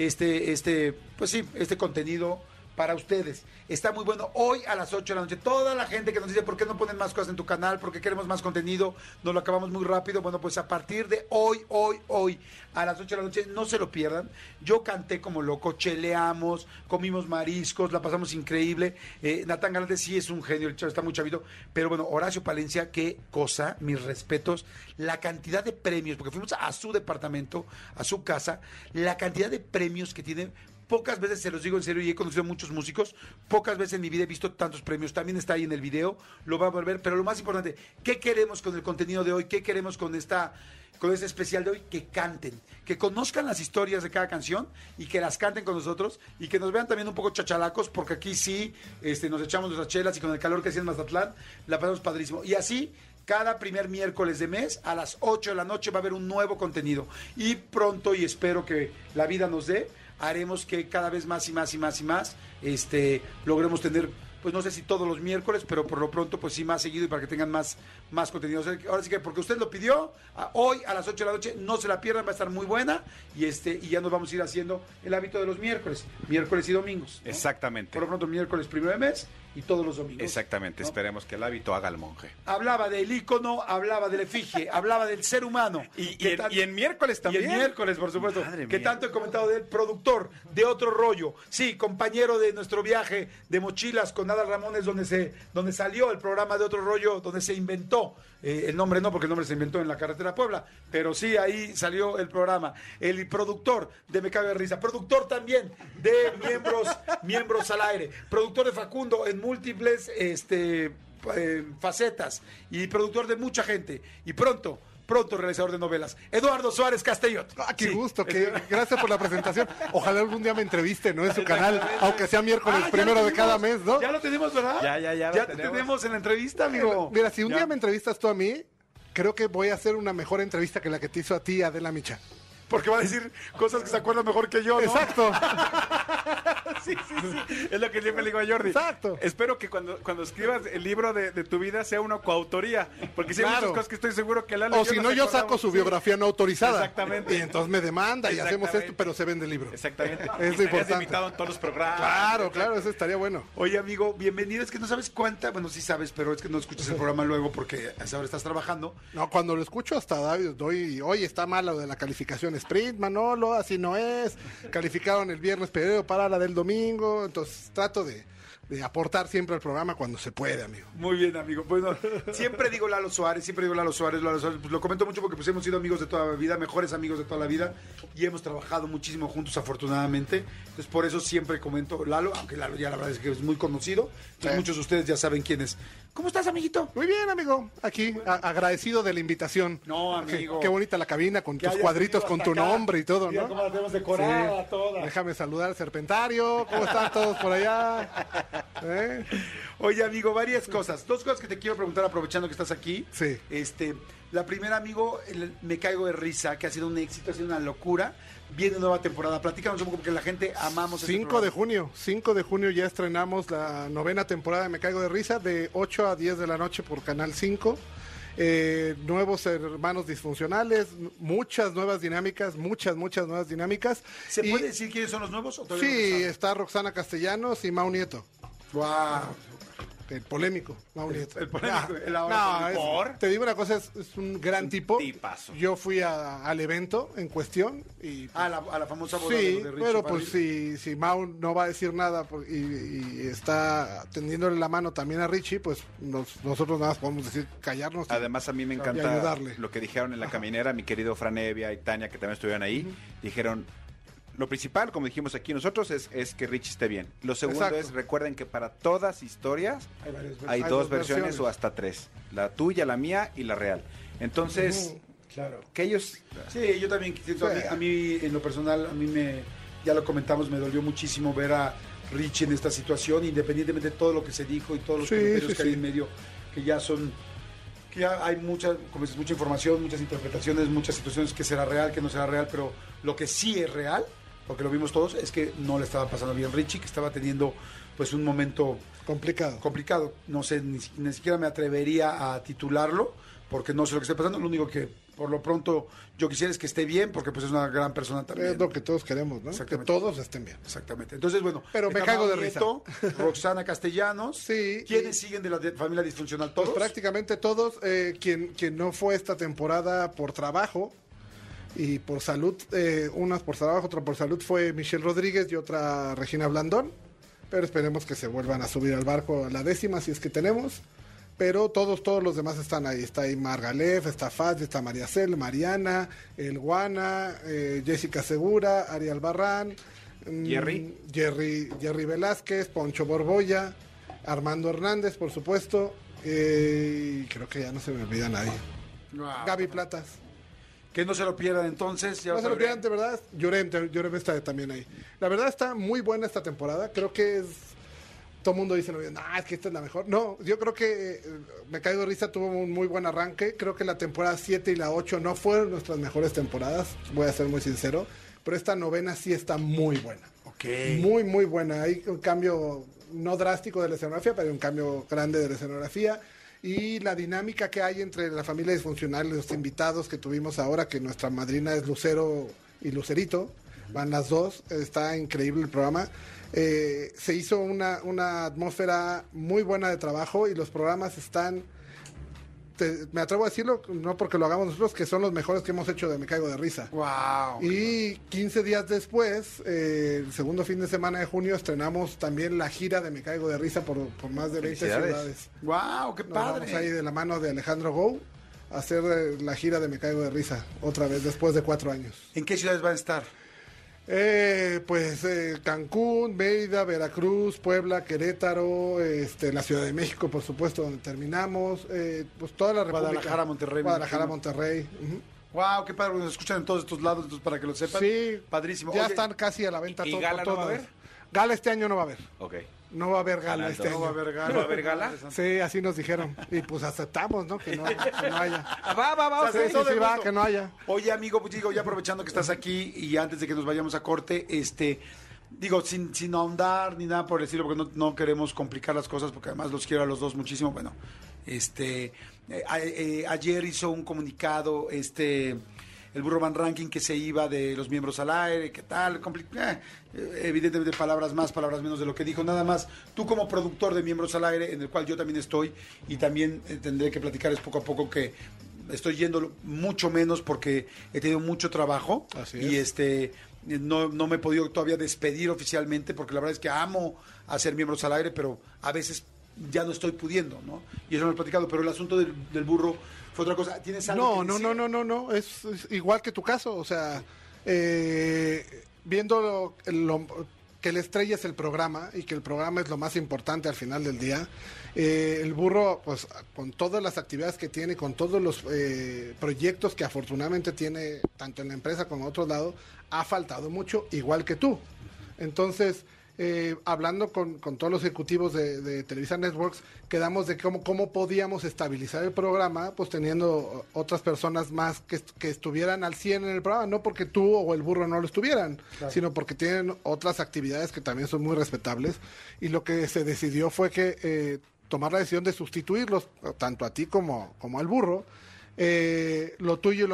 este contenido para ustedes. Está muy bueno. Hoy a las 8 de la noche, toda la gente que nos dice ¿por qué no ponen más cosas en tu canal? ¿Por qué queremos más contenido? Nos lo acabamos muy rápido. Bueno, pues a partir de hoy a las 8 de la noche, no se lo pierdan. Yo canté como loco, cheleamos, comimos mariscos, la pasamos increíble. Natán Galante sí es un genio, el chavo está muy chavito, pero bueno, Horacio Palencia, qué cosa, mis respetos, la cantidad de premios, porque fuimos a su departamento, a su casa, la cantidad de premios que tiene. Pocas veces, se los digo en serio, y he conocido a muchos músicos, pocas veces en mi vida he visto tantos premios. También está ahí en el video, lo vamos a ver, pero lo más importante, ¿qué queremos con el contenido de hoy? ¿Qué queremos con este especial de hoy? Que canten, que conozcan las historias de cada canción y que las canten con nosotros y que nos vean también un poco chachalacos, porque aquí sí nos echamos nuestras chelas y con el calor que hacía en Mazatlán, la pasamos padrísimo. Y así, cada primer miércoles de mes, a las 8 de la noche va a haber un nuevo contenido. Y pronto, y espero que la vida nos dé, haremos que cada vez más logremos tener pues no sé si todos los miércoles, pero por lo pronto pues sí más seguido y para que tengan más contenido. O sea, ahora sí que porque usted lo pidió, hoy a las 8 de la noche, no se la pierdan, va a estar muy buena y ya nos vamos a ir haciendo el hábito de los miércoles y domingos, ¿no?
Exactamente.
Por lo pronto miércoles 1 de mes y todos los domingos.
Exactamente, ¿no? Esperemos que el hábito haga al monje.
Hablaba del ícono, hablaba del efigie, hablaba del ser humano.
Y en miércoles también.
Y en miércoles, por supuesto.
Madre
Que
mía.
tanto he comentado del productor de Otro Rollo. Sí, compañero de nuestro viaje de mochilas con Adal Ramones, donde salió el programa de Otro Rollo, donde se inventó. El nombre no, porque el nombre se inventó en la carretera a Puebla. Pero sí, ahí salió el programa. El productor de Me Cago de Risa. Productor también de Miembros al Aire. Productor de Facundo en múltiples facetas. Y productor de mucha gente. Y pronto realizador de novelas. Eduardo Suárez Castellot.
Qué
Sí.
gusto, gracias por la presentación. Ojalá algún día me entreviste, ¿no? En su canal, aunque sea miércoles
Ya
primero
lo
de cada
tenemos.
mes, ¿no?
Ya lo tenemos, ¿verdad?
Ya
te
lo
tenemos en la entrevista, amigo.
Mira, si un
Ya.
día me entrevistas tú a mí, creo que voy a hacer una mejor entrevista que la que te hizo a ti, Adela Micha.
Porque va a decir cosas que se acuerdan mejor que yo, ¿no?
Exacto.
Sí. Es lo que siempre le digo a Jordi.
Exacto.
Espero que cuando escribas el libro de tu vida sea una coautoría. Porque si hay
Claro.
muchas cosas que estoy seguro que Lalo y
O si no,
nos
yo saco
acordamos.
su
Sí.
biografía no autorizada.
Exactamente.
Y entonces me demanda y hacemos
Exactamente.
esto, pero se vende el libro.
Exactamente.
Es
Estarías
importante.
invitado en todos los programas.
Claro, eso estaría bueno.
Oye, amigo, bienvenido. Es que no sabes cuánta, bueno, sí sabes, pero es que no escuchas el programa luego porque a esa hora estás trabajando.
No, cuando lo escucho hasta doy, oye, está mal lo de la calificación sprint, Manolo, así no es. Calificaron el viernes, pero para la del domingo. Entonces trato de aportar siempre al programa cuando se puede, amigo.
Muy bien, amigo. Bueno, siempre digo Lalo Suárez. Pues lo comento mucho porque pues hemos sido amigos de toda la vida, mejores amigos de toda la vida y hemos trabajado muchísimo juntos, afortunadamente. Entonces, por eso siempre comento Lalo, aunque Lalo ya la verdad es que es muy conocido. Entonces,
Sí.
muchos de ustedes ya saben quién es. ¿Cómo estás, amiguito?
Muy bien, amigo. Aquí, agradecido de la invitación.
No, amigo.
Qué bonita la cabina con
Que
tus
hayas
cuadritos
venido
con
hasta
tu
acá.
nombre y todo,
Mira
¿no?
cómo la tenemos decorada toda.
Déjame saludar al Serpentario. ¿Cómo están todos por allá?
Oye, amigo, varias cosas. Dos cosas que te quiero preguntar aprovechando que estás aquí.
Sí.
La primera, amigo, Me Caigo de Risa, que ha sido un éxito, ha sido una locura. Viene nueva temporada. Platícanos un poco porque la gente amamos este
5 de
programa.
5 de junio ya estrenamos la 9ª temporada de Me Caigo de Risa, de 8 a 10 de la noche por Canal 5. Nuevos hermanos disfuncionales, muchas nuevas dinámicas, muchas nuevas dinámicas.
¿Se
Y-
puede decir quiénes son los nuevos? ¿O todavía no
Sí,
se sabe?
está Roxana Castellanos y Mau Nieto.
Guau.
El polémico, Mau Nieto.
el polémico,
Ah,
el ahora
no,
polémico.
te digo una cosa, es un gran tipo.
tipazo.
Yo fui al evento en cuestión y
A la famosa boda
sí,
de Richie
pero
Padilla.
pues si Mau no va a decir nada y está tendiéndole la mano también a Richie, pues nosotros nada más podemos decir callarnos.
Además, a mí me
y
encanta
ayudarle.
lo que dijeron en la caminera, mi querido Fran Evia y Tania, que también estuvieron ahí. Dijeron, lo principal, como dijimos aquí nosotros, es que Richie esté bien. Lo segundo
Exacto.
es, recuerden que para todas historias
Hay varias versiones.
hay
Hay
dos
dos
versiones
versiones.
o hasta tres. La tuya, la mía y la real. Entonces,
Claro.
que ellos...
Sí, yo también siento,
Sí.
a mí en lo personal, ya lo comentamos, me dolió muchísimo ver a Richie en esta situación, independientemente de todo lo que se dijo y todos los
Sí,
comentarios
sí,
que hay
sí.
en medio, que ya hay mucha, como dices, mucha información, muchas interpretaciones, muchas situaciones que será real, que no será real, pero lo que sí es real, porque lo vimos todos, es que no le estaba pasando bien Richie, que estaba teniendo pues un momento complicado. No sé, ni siquiera me atrevería a titularlo, porque no sé lo que está pasando. Lo único que por lo pronto yo quisiera es que esté bien, porque pues es una gran persona también.
Es lo que todos queremos, ¿no? Que
Exactamente.
todos estén bien.
Exactamente. Entonces, bueno.
Pero me
está
cago de
Mau
risa.
Nieto, Roxana Castellanos.
Sí.
¿Quiénes siguen de la familia disfuncional? ¿Todos?
Pues prácticamente todos. Quien no fue esta temporada por trabajo y por salud, unas por trabajo, otra por salud, fue Michelle Rodríguez y otra Regina Blandón. Pero esperemos que se vuelvan a subir al barco a la 10ª, si es que tenemos. Pero todos los demás están ahí. Está ahí Margalef, está Faz, está María Cel, Mariana, El Guana, Jessica Segura, Ariel Barrán, Jerry Velázquez, Poncho Borbolla, Armando Hernández, por supuesto. Y creo que ya no se me olvida nadie.
Wow.
Gaby Platas.
Que no se lo pierdan entonces. Ya
No se lo
sabrán.
pierdan, de verdad. Llorem está también ahí. La verdad está muy buena esta temporada. Creo que es... Todo el mundo dice, no, es que esta es la mejor. No, yo creo que Me Caigo de Risa tuvo un muy buen arranque. Creo que la temporada 7 y la 8 no fueron nuestras mejores temporadas. Voy a ser muy sincero. Pero esta 9ª sí está muy buena.
Ok. Ok.
Muy, muy buena. Hay un cambio no drástico de la escenografía, pero hay un cambio grande de la escenografía. Y la dinámica que hay entre la familia disfuncional y los invitados que tuvimos ahora, que nuestra madrina es Lucero y Lucerito, van las dos, está increíble el programa. Se hizo una atmósfera muy buena de trabajo y los programas están, me atrevo a decirlo, no porque lo hagamos nosotros, que son los mejores que hemos hecho de Me Caigo de Risa.
Wow.
Y 15 días después, el segundo fin de semana de junio, estrenamos también la gira de Me Caigo de Risa por más de 20 ciudades.
Wow, qué
Nos
padre.
vamos ahí de la mano de Alejandro Gou a hacer la gira de Me Caigo de Risa, otra vez, después de 4 años.
¿En qué ciudades van a estar?
Cancún, Mérida, Veracruz, Puebla, Querétaro, la Ciudad de México, por supuesto, donde terminamos, pues toda la República.
Guadalajara, Monterrey.
Guadalajara, Monterrey. Uh-huh.
Wow, qué padre, nos escuchan en todos estos lados, entonces para que lo sepan.
Sí,
Padrísimo.
Ya
Oye,
están casi a la venta
¿y
todo.
gala no va a haber?
Gala este año no va a haber.
Ok.
No va a haber gala este
no
año.
va a haber gala.
¿No va a haber gala?
Sí, así nos dijeron. Y pues aceptamos, ¿no? Que no haya.
Va,
Sí, va, que no haya.
Oye, amigo, pues digo, ya aprovechando que estás aquí y antes de que nos vayamos a corte, digo, sin ahondar ni nada por el estilo, porque no queremos complicar las cosas, porque además los quiero a los dos muchísimo. Bueno, ayer hizo un comunicado, el Burro Van Ranking, que se iba de los miembros al aire, ¿qué tal? Evidentemente palabras más, palabras menos de lo que dijo, nada más. Tú como productor de Miembros al Aire, en el cual yo también estoy, y también tendré que platicarles poco a poco que estoy yendo mucho menos porque he tenido mucho trabajo.
Así
y
es.
no me he podido todavía despedir oficialmente, porque la verdad es que amo hacer Miembros al Aire, pero a veces ya no estoy pudiendo, ¿no? Y eso me he platicado, pero el asunto del burro fue otra cosa. ¿Tienes algo que decir?
No, es igual que tu caso, o sea, viendo que la estrella es el programa y que el programa es lo más importante al final del día, el burro, pues con todas las actividades que tiene, con todos los proyectos que afortunadamente tiene, tanto en la empresa como en otros lados, ha faltado mucho, igual que tú. Entonces, hablando con todos los ejecutivos de Televisa Networks, quedamos de cómo podíamos estabilizar el programa, pues teniendo otras personas más que estuvieran al 100 en el programa, no porque tú o el burro no lo estuvieran, sino porque tienen otras actividades que también son muy respetables, y lo que se decidió fue que tomar la decisión de sustituirlos, tanto a ti como al burro. Lo tuyo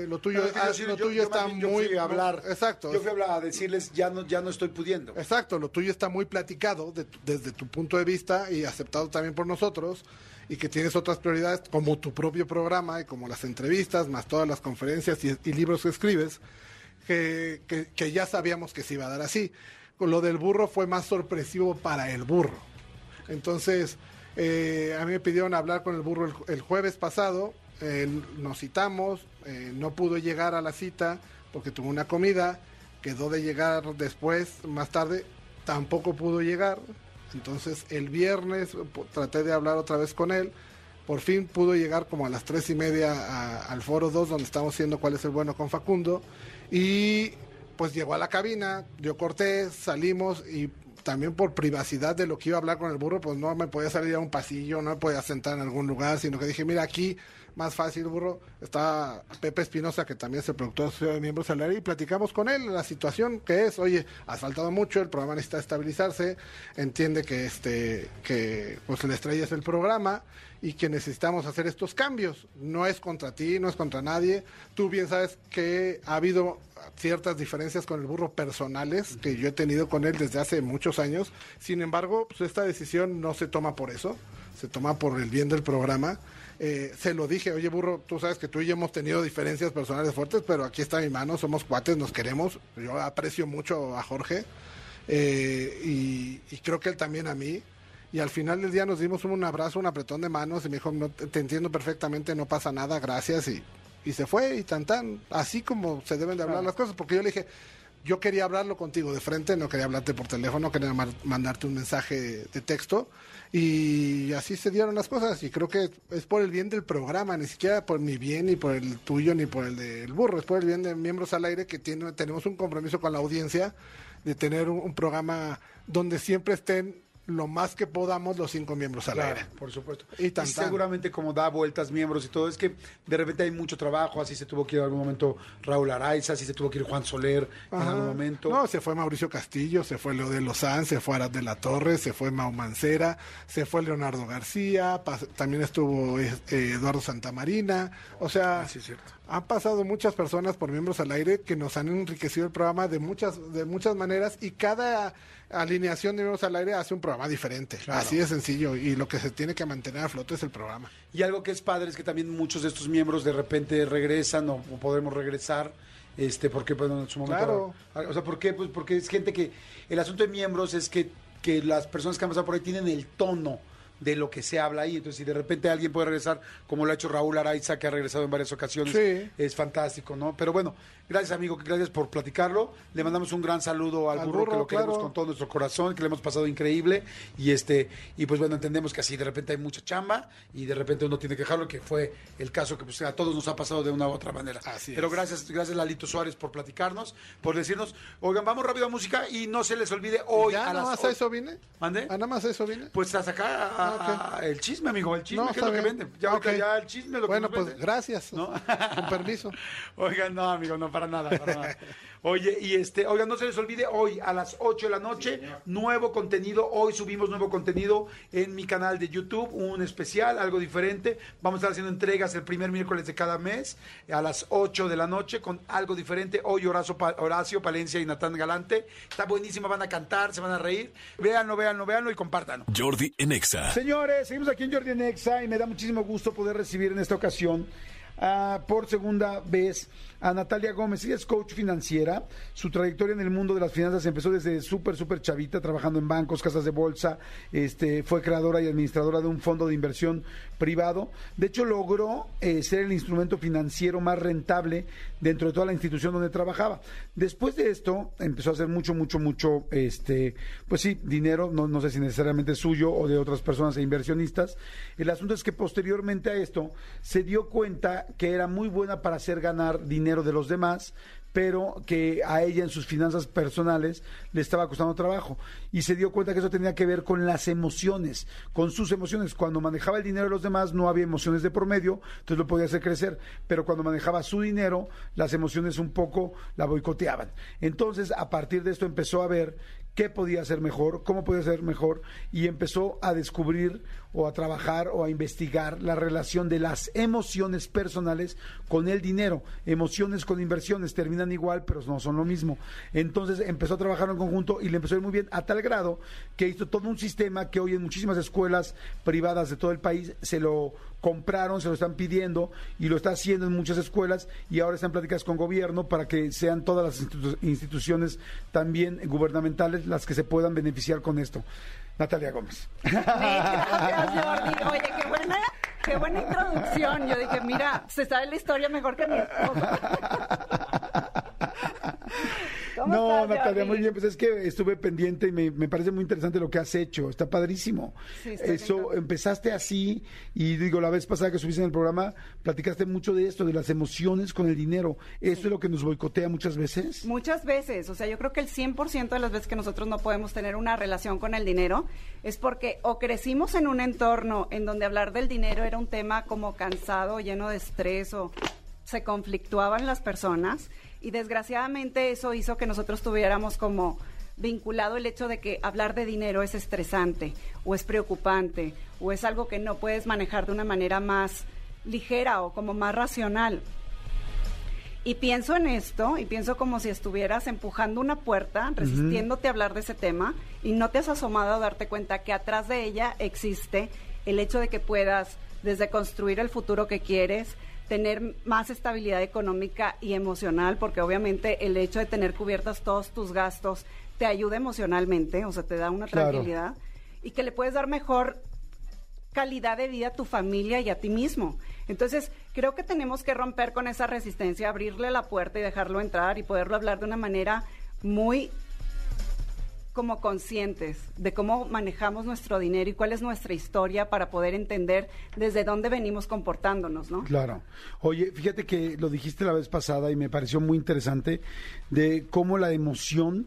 está muy
fui a hablar.
Exacto.
Yo fui a hablar, a decirles ya no estoy pudiendo.
Exacto, lo tuyo está muy platicado desde tu punto de vista y aceptado también por nosotros, y que tienes otras prioridades como tu propio programa y como las entrevistas, más todas las conferencias y libros que escribes, que ya sabíamos que se iba a dar así. Con lo del burro fue más sorpresivo para el burro. Entonces, a mí me pidieron hablar con el burro el jueves pasado. Nos citamos, no pudo llegar a la cita porque tuvo una comida, quedó de llegar después, más tarde, tampoco pudo llegar. Entonces el viernes traté de hablar otra vez con él, por fin pudo llegar como a las 3:30 al Foro 2, donde estamos haciendo Cuál es el Bueno con Facundo, y pues llegó a la cabina, yo corté, salimos, y también por privacidad de lo que iba a hablar con el burro, pues no me podía salir a un pasillo, no me podía sentar en algún lugar, sino que dije, mira, aquí más fácil, burro, está Pepe Espinosa, que también es el productor de Miembros al Aire, y platicamos con él la situación que es, oye, has faltado mucho, el programa necesita estabilizarse, entiende que pues la estrella es el programa y que necesitamos hacer estos cambios. No es contra ti, no es contra nadie. Tú bien sabes que ha habido ciertas diferencias con el burro personales que yo he tenido con él desde hace muchos años. Sin embargo, pues esta decisión no se toma por eso, se toma por el bien del programa. Se lo dije, oye burro, tú sabes que tú y yo hemos tenido diferencias personales fuertes, pero aquí está mi mano, somos cuates, nos queremos. Yo aprecio mucho a Jorge y creo que él también a mí. Y al final del día nos dimos un abrazo, un apretón de manos, y me dijo, no, te entiendo perfectamente, no pasa nada, gracias, y se fue, y tan, así como se deben de hablar las cosas, porque yo le dije, yo quería hablarlo contigo de frente, no quería hablarte por teléfono, quería mandarte un mensaje de texto, y así se dieron las cosas, y creo que es por el bien del programa, ni siquiera por mi bien, ni por el tuyo, ni por el del burro, es por el bien de Miembros al Aire, que tenemos un compromiso con la audiencia, de tener un programa donde siempre estén lo más que podamos los 5 miembros al aire.
Por supuesto.
Y tan, tan.
Seguramente como da vueltas miembros y todo, es que de repente hay mucho trabajo, así se tuvo que ir en algún momento Raúl Araiza, así se tuvo que ir Juan Soler en algún momento.
No, se fue Mauricio Castillo, se fue Leo de Lozán, se fue Arad de la Torre, se fue Mau Mancera, se fue Leonardo García, también estuvo Eduardo Santamarina, o sea,
Sí, es cierto.
han pasado muchas personas por miembros al aire que nos han enriquecido el programa de muchas maneras, y cada alineación de miembros al aire hace un programa diferente.
Claro.
Así de sencillo, y lo que se tiene que mantener a flote es el programa.
Y algo que es padre es que también muchos de estos miembros de repente regresan o podemos regresar, porque bueno, en su momento...
Claro.
O sea, ¿por qué? Pues porque es gente que... El asunto de miembros es que las personas que han pasado por ahí tienen el tono de lo que se habla ahí. Entonces, si de repente alguien puede regresar, como lo ha hecho Raúl Araiza, que ha regresado en varias ocasiones,
Sí.
es fantástico, ¿no? Pero bueno, gracias, amigo, gracias por platicarlo. Le mandamos un gran saludo al burro, que lo queremos con todo nuestro corazón, que le hemos pasado increíble. Y pues bueno, entendemos que así de repente hay mucha chamba y de repente uno tiene que dejarlo, que fue el caso que pues, a todos nos ha pasado de una u otra manera.
Así
Pero
es.
gracias Lalito Suárez por platicarnos, por decirnos, oigan, vamos rápido a música y no se les olvide hoy
¿Ya
a
nada
las
más a eso vine?
¿Mande?
¿A nada más a eso vine?
Pues a sacar el chisme, amigo, el chisme,
No,
que es lo que
está bien.
vende. Ya,
Ok.
ya el chisme es lo
Bueno,
que nos
pues
vende.
gracias.
¿No?
Con permiso.
Oigan, no, amigo, no, para nada, para nada. Oye, oigan, no se les olvide, hoy a las 8 de la noche, nuevo contenido. Hoy subimos nuevo contenido en mi canal de YouTube, un especial, algo diferente. Vamos a estar haciendo entregas el primer miércoles de cada mes, a las 8 de la noche, con algo diferente. Hoy Horacio Palencia y Natán Galante. Está buenísima, van a cantar, se van a reír. Véanlo y compártanlo.
Jordi en Exa.
Señores, seguimos aquí en Jordi en Exa y me da muchísimo gusto poder recibir en esta ocasión por segunda vez a Natalia Gómez. Ella es coach financiera. Su trayectoria en el mundo de las finanzas empezó desde súper chavita, trabajando en bancos, casas de bolsa. Fue creadora y administradora de un fondo de inversión privado. De hecho, logró ser el instrumento financiero más rentable dentro de toda la institución donde trabajaba. Después de esto, empezó a hacer mucho, pues sí, dinero, no sé si necesariamente suyo o de otras personas e inversionistas. El asunto es que posteriormente a esto, se dio cuenta que era muy buena para hacer ganar dinero de los demás, pero que a ella en sus finanzas personales le estaba costando trabajo, y se dio cuenta que eso tenía que ver con las emociones, con sus emociones. Cuando manejaba el dinero de los demás no había emociones de por medio, entonces lo podía hacer crecer, pero cuando manejaba su dinero, las emociones un poco la boicoteaban. Entonces, a partir de esto empezó a ver qué podía hacer mejor, cómo podía hacer mejor, y empezó a descubrir o a trabajar o a investigar la relación de las emociones personales con el dinero. Emociones con inversiones terminan igual, pero no son lo mismo. Entonces empezó a trabajar en conjunto y le empezó a ir muy bien, a tal grado que hizo todo un sistema que hoy en muchísimas escuelas privadas de todo el país se lo compraron, se lo están pidiendo, y lo está haciendo en muchas escuelas, y ahora están pláticas con gobierno para que sean todas las instituciones también gubernamentales las que se puedan beneficiar con esto. Natalia Gómez.
Gracias, Jordi. Oye, qué buena introducción. Yo dije, mira, se sabe la historia mejor que mi esposo.
No,
estás,
Natalia,
Jordi?
muy bien. Pues es que estuve pendiente y me parece muy interesante lo que has hecho. Está padrísimo.
Sí, estoy
Eso,
bien.
empezaste así, y digo, la vez pasada que subiste en el programa, platicaste mucho de esto, de las emociones con el dinero. ¿Esto es lo que nos boicotea muchas veces?
Muchas veces, o sea, yo creo que el 100% de las veces que nosotros no podemos tener una relación con el dinero es porque o crecimos en un entorno en donde hablar del dinero era un tema como cansado, lleno de estrés, o se conflictuaban las personas, y desgraciadamente eso hizo que nosotros tuviéramos como vinculado el hecho de que hablar de dinero es estresante o es preocupante o es algo que no puedes manejar de una manera más ligera o como más racional. Y pienso en esto, y pienso como si estuvieras empujando una puerta, resistiéndote a hablar de ese tema, y no te has asomado a darte cuenta que atrás de ella existe el hecho de que puedas, desde construir el futuro que quieres, tener más estabilidad económica y emocional, porque obviamente el hecho de tener cubiertos todos tus gastos te ayuda emocionalmente, o sea, te da una
Claro.
tranquilidad, y que le puedes dar mejor calidad de vida a tu familia y a ti mismo. Entonces, creo que tenemos que romper con esa resistencia, abrirle la puerta y dejarlo entrar y poderlo hablar de una manera muy como conscientes de cómo manejamos nuestro dinero y cuál es nuestra historia para poder entender desde dónde venimos comportándonos, ¿no?
Claro. Oye, fíjate que lo dijiste la vez pasada y me pareció muy interesante, de cómo la emoción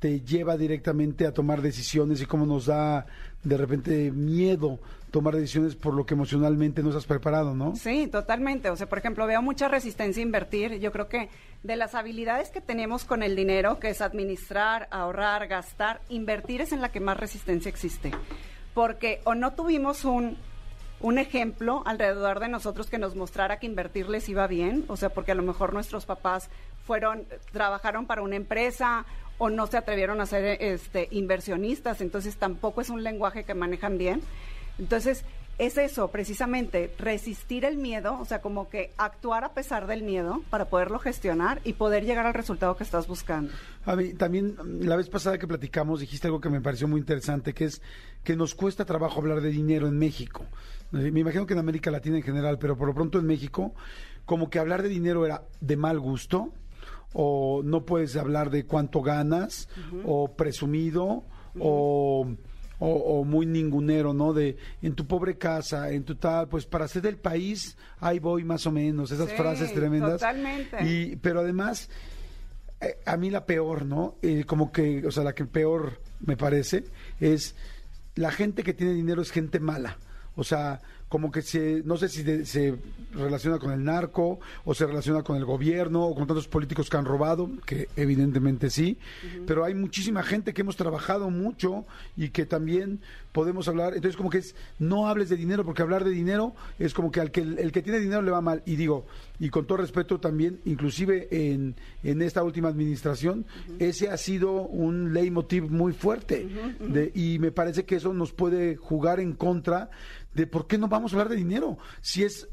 te lleva directamente a tomar decisiones y cómo nos da de repente miedo tomar decisiones por lo que emocionalmente no estás preparado, ¿no?
Sí, totalmente. O sea, por ejemplo, veo mucha resistencia a invertir. Yo creo que de las habilidades que tenemos con el dinero, que es administrar, ahorrar, gastar, invertir es en la que más resistencia existe. Porque o no tuvimos un ejemplo alrededor de nosotros que nos mostrara que invertir les iba bien, o sea, porque a lo mejor nuestros papás trabajaron para una empresa o no se atrevieron a ser inversionistas, entonces tampoco es un lenguaje que manejan bien. Entonces, es eso, precisamente, resistir el miedo, o sea, como que actuar a pesar del miedo para poderlo gestionar y poder llegar al resultado que estás buscando.
A mí, también, la vez pasada que platicamos, dijiste algo que me pareció muy interesante, que es que nos cuesta trabajo hablar de dinero en México. Me imagino que en América Latina en general, pero por lo pronto en México, como que hablar de dinero era de mal gusto, o no puedes hablar de cuánto ganas, o presumido, o muy ningunero, ¿no? De en tu pobre casa, en tu tal, pues para ser del país, ahí voy más o menos, esas frases tremendas.
Totalmente.
Pero además, a mí la peor, ¿no? Como que, o sea, la que peor me parece es la gente que tiene dinero es gente mala. O sea, como que no sé si se relaciona con el narco o se relaciona con el gobierno o con tantos políticos que han robado, que evidentemente sí, pero hay muchísima gente que hemos trabajado mucho y que también podemos hablar. Entonces como que no hables de dinero, porque hablar de dinero es como que el que tiene dinero le va mal. Y digo, y con todo respeto también, inclusive en esta última administración, ese ha sido un leitmotiv muy fuerte y me parece que eso nos puede jugar en contra de por qué no vamos a hablar de dinero, si es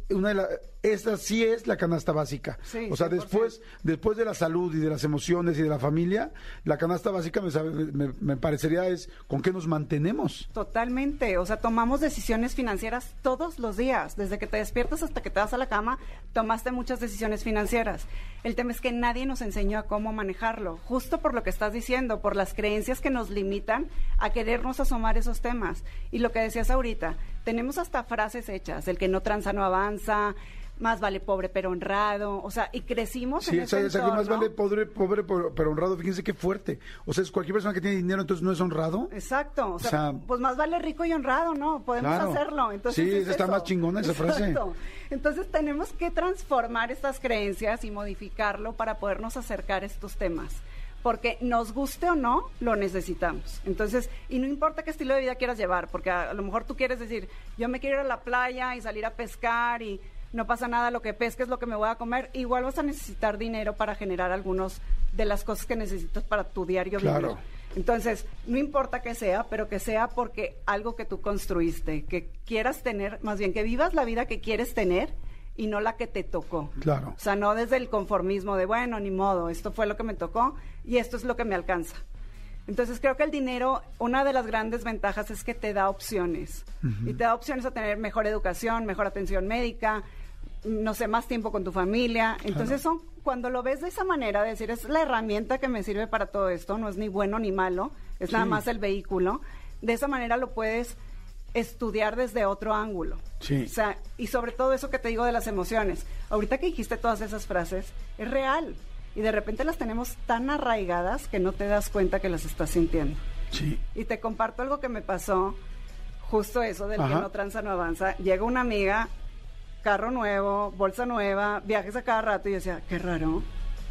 esta sí es la canasta básica.
Sí,
o sea,
100%.
después de la salud y de las emociones y de la familia, la canasta básica me parecería es con qué nos mantenemos.
Totalmente, o sea, tomamos decisiones financieras todos los días, desde que te despiertas hasta que te vas a la cama, tomaste muchas decisiones financieras. El tema es que nadie nos enseñó a cómo manejarlo, justo por lo que estás diciendo, por las creencias que nos limitan a querernos asomar esos temas. Y lo que decías ahorita, tenemos hasta frases hechas, el que no tranza no avanza, más vale pobre pero honrado, o sea, y crecimos en ese entorno.
Que más vale pobre pero honrado, fíjense qué fuerte. O sea, es cualquier persona que tiene dinero entonces no es honrado.
Exacto, o sea, pues más vale rico y honrado, ¿no? Podemos hacerlo. Entonces
sí, está más chingona esa frase.
Entonces tenemos que transformar estas creencias y modificarlo para podernos acercar a estos temas. Porque nos guste o no, lo necesitamos. Entonces, y no importa qué estilo de vida quieras llevar, porque a lo mejor tú quieres decir, yo me quiero ir a la playa y salir a pescar y no pasa nada, lo que pesque es lo que me voy a comer. Igual vas a necesitar dinero para generar algunas de las cosas que necesitas para tu diario vivir. Entonces, no importa qué sea, pero que sea porque algo que tú construiste, que quieras tener, más bien que vivas la vida que quieres tener y no la que te tocó.
Claro.
O sea, no desde el conformismo de, bueno, ni modo, esto fue lo que me tocó y esto es lo que me alcanza. Entonces, creo que el dinero, una de las grandes ventajas es que te da opciones. Y te da opciones a tener mejor educación, mejor atención médica, no sé, más tiempo con tu familia. Entonces, cuando lo ves de esa manera, de decir, es la herramienta que me sirve para todo esto, no es ni bueno ni malo, es nada más el vehículo. De esa manera lo puedes estudiar desde otro ángulo.
Sí.
O sea, y sobre todo eso que te digo de las emociones. Ahorita que dijiste todas esas frases, es real. Y de repente las tenemos tan arraigadas que no te das cuenta que las estás sintiendo.
Sí.
Y te comparto algo que me pasó, justo eso del que no tranza no avanza. Llega una amiga, carro nuevo, bolsa nueva, viajes a cada rato, y yo decía, qué raro,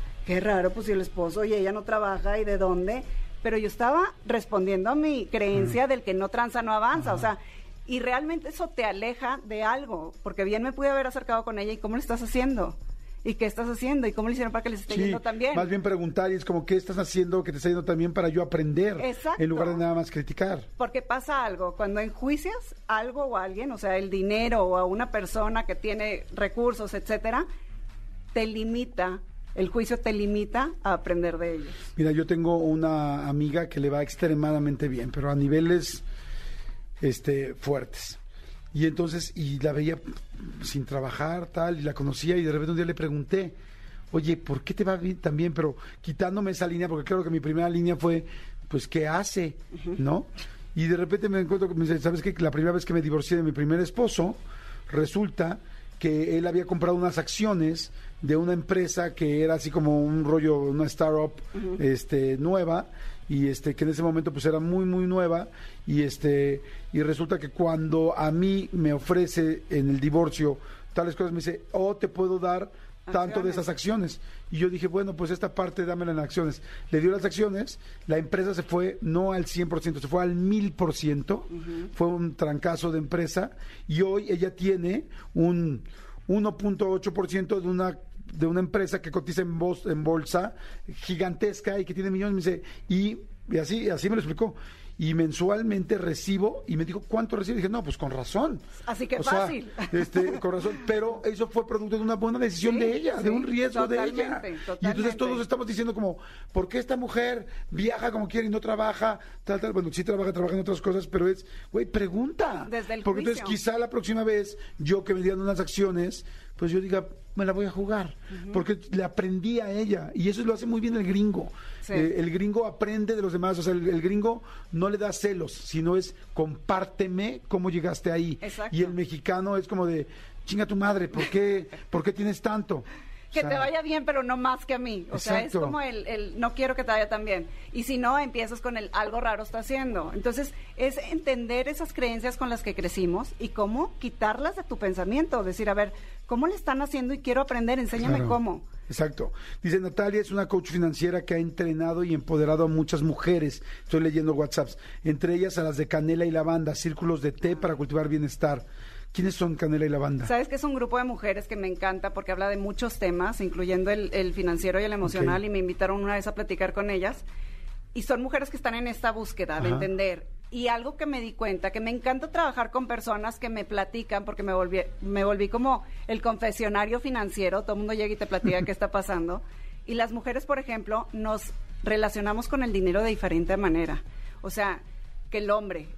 pues si el esposo y ella no trabaja, ¿y de dónde? Pero yo estaba respondiendo a mi creencia del que no tranza no avanza, o sea, y realmente eso te aleja de algo, porque bien me pude haber acercado con ella, ¿y cómo lo estás haciendo? ¿Y qué estás haciendo? ¿Y cómo lo hicieron para que les esté yendo tan bien?
Más bien preguntar, y es como, ¿qué estás haciendo que te está yendo tan bien para yo aprender?
Exacto.
En lugar de nada más criticar.
Porque pasa algo, cuando enjuicias algo o a alguien, o sea, el dinero o a una persona que tiene recursos, etcétera, te limita, el juicio te limita a aprender de ellos.
Mira, yo tengo una amiga que le va extremadamente bien, pero a niveles fuertes. Y entonces, y la veía sin trabajar, tal, y la conocía, y de repente un día le pregunté, oye, ¿por qué te va bien tan bien? Pero quitándome esa línea, porque claro que mi primera línea fue, pues, ¿qué hace? ¿No? Y de repente me encuentro, me dice, ¿sabes qué? La primera vez que me divorcié de mi primer esposo, resulta que él había comprado unas acciones de una empresa que era así como un rollo, una startup nueva, y que en ese momento pues era muy muy nueva y y resulta que cuando a mí me ofrece en el divorcio tales cosas, me dice, te puedo dar tanto de esas acciones. Y yo dije, bueno, pues esta parte dámela en acciones. Le dio las acciones, la empresa se fue no al 100%, se fue al 1000%. Fue un trancazo de empresa y hoy ella tiene un 1.8% de una empresa que cotiza en bolsa gigantesca y que tiene millones. Me dice, y así me lo explicó. Y mensualmente recibo, y me dijo, ¿cuánto recibo? Y dije, no, pues con razón.
Así que fácil.
Con razón, pero eso fue producto de una buena decisión de ella, de un riesgo de ella.
Totalmente.
Y entonces todos estamos diciendo como, ¿por qué esta mujer viaja como quiere y no trabaja? Tal. Bueno, sí trabaja en otras cosas, pero güey, pregunta.
Desde el
Porque
juicio.
entonces quizá la próxima vez, yo que me dieran unas acciones, pues yo diga, me la voy a jugar, porque le aprendí a ella, y eso lo hace muy bien el gringo.
Sí.
El gringo aprende de los demás, o sea, el gringo no le da celos, sino es compárteme cómo llegaste ahí.
Exacto.
Y el mexicano es como de, chinga tu madre, ¿por qué tienes tanto?
Que te vaya bien, pero no más que a mí. O sea, es como el no quiero que te vaya tan bien. Y si no, empiezas con el algo raro está haciendo. Entonces, es entender esas creencias con las que crecimos y cómo quitarlas de tu pensamiento. Decir, a ver, ¿cómo le están haciendo y quiero aprender? Enséñame cómo.
Exacto. Dice Natalia, es una coach financiera que ha entrenado y empoderado a muchas mujeres. Estoy leyendo WhatsApps. Entre ellas a las de canela y lavanda, círculos de té para cultivar bienestar. ¿Quiénes son Canela y Lavanda?
Sabes que es un grupo de mujeres que me encanta porque habla de muchos temas, incluyendo el financiero y el emocional, y me invitaron una vez a platicar con ellas. Y son mujeres que están en esta búsqueda de entender. Y algo que me di cuenta, que me encanta trabajar con personas que me platican, porque me volví como el confesionario financiero, todo el mundo llega y te platica qué está pasando. Y las mujeres, por ejemplo, nos relacionamos con el dinero de diferente manera. O sea, que el hombre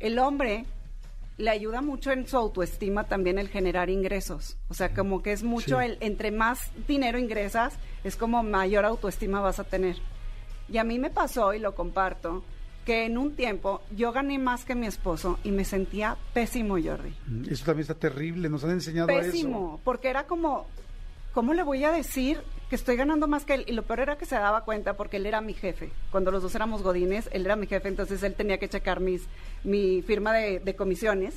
le ayuda mucho en su autoestima también el generar ingresos. O sea, como que es mucho entre más dinero ingresas, es como mayor autoestima vas a tener. Y a mí me pasó, y lo comparto, que en un tiempo yo gané más que mi esposo y me sentía pésimo, Jordi.
Eso también está terrible, nos han enseñado a eso.
Pésimo, porque era como, ¿cómo le voy a decir que estoy ganando más que él? Y lo peor era que se daba cuenta porque él era mi jefe. Cuando los dos éramos godines, él era mi jefe, entonces él tenía que checar mi firma de comisiones.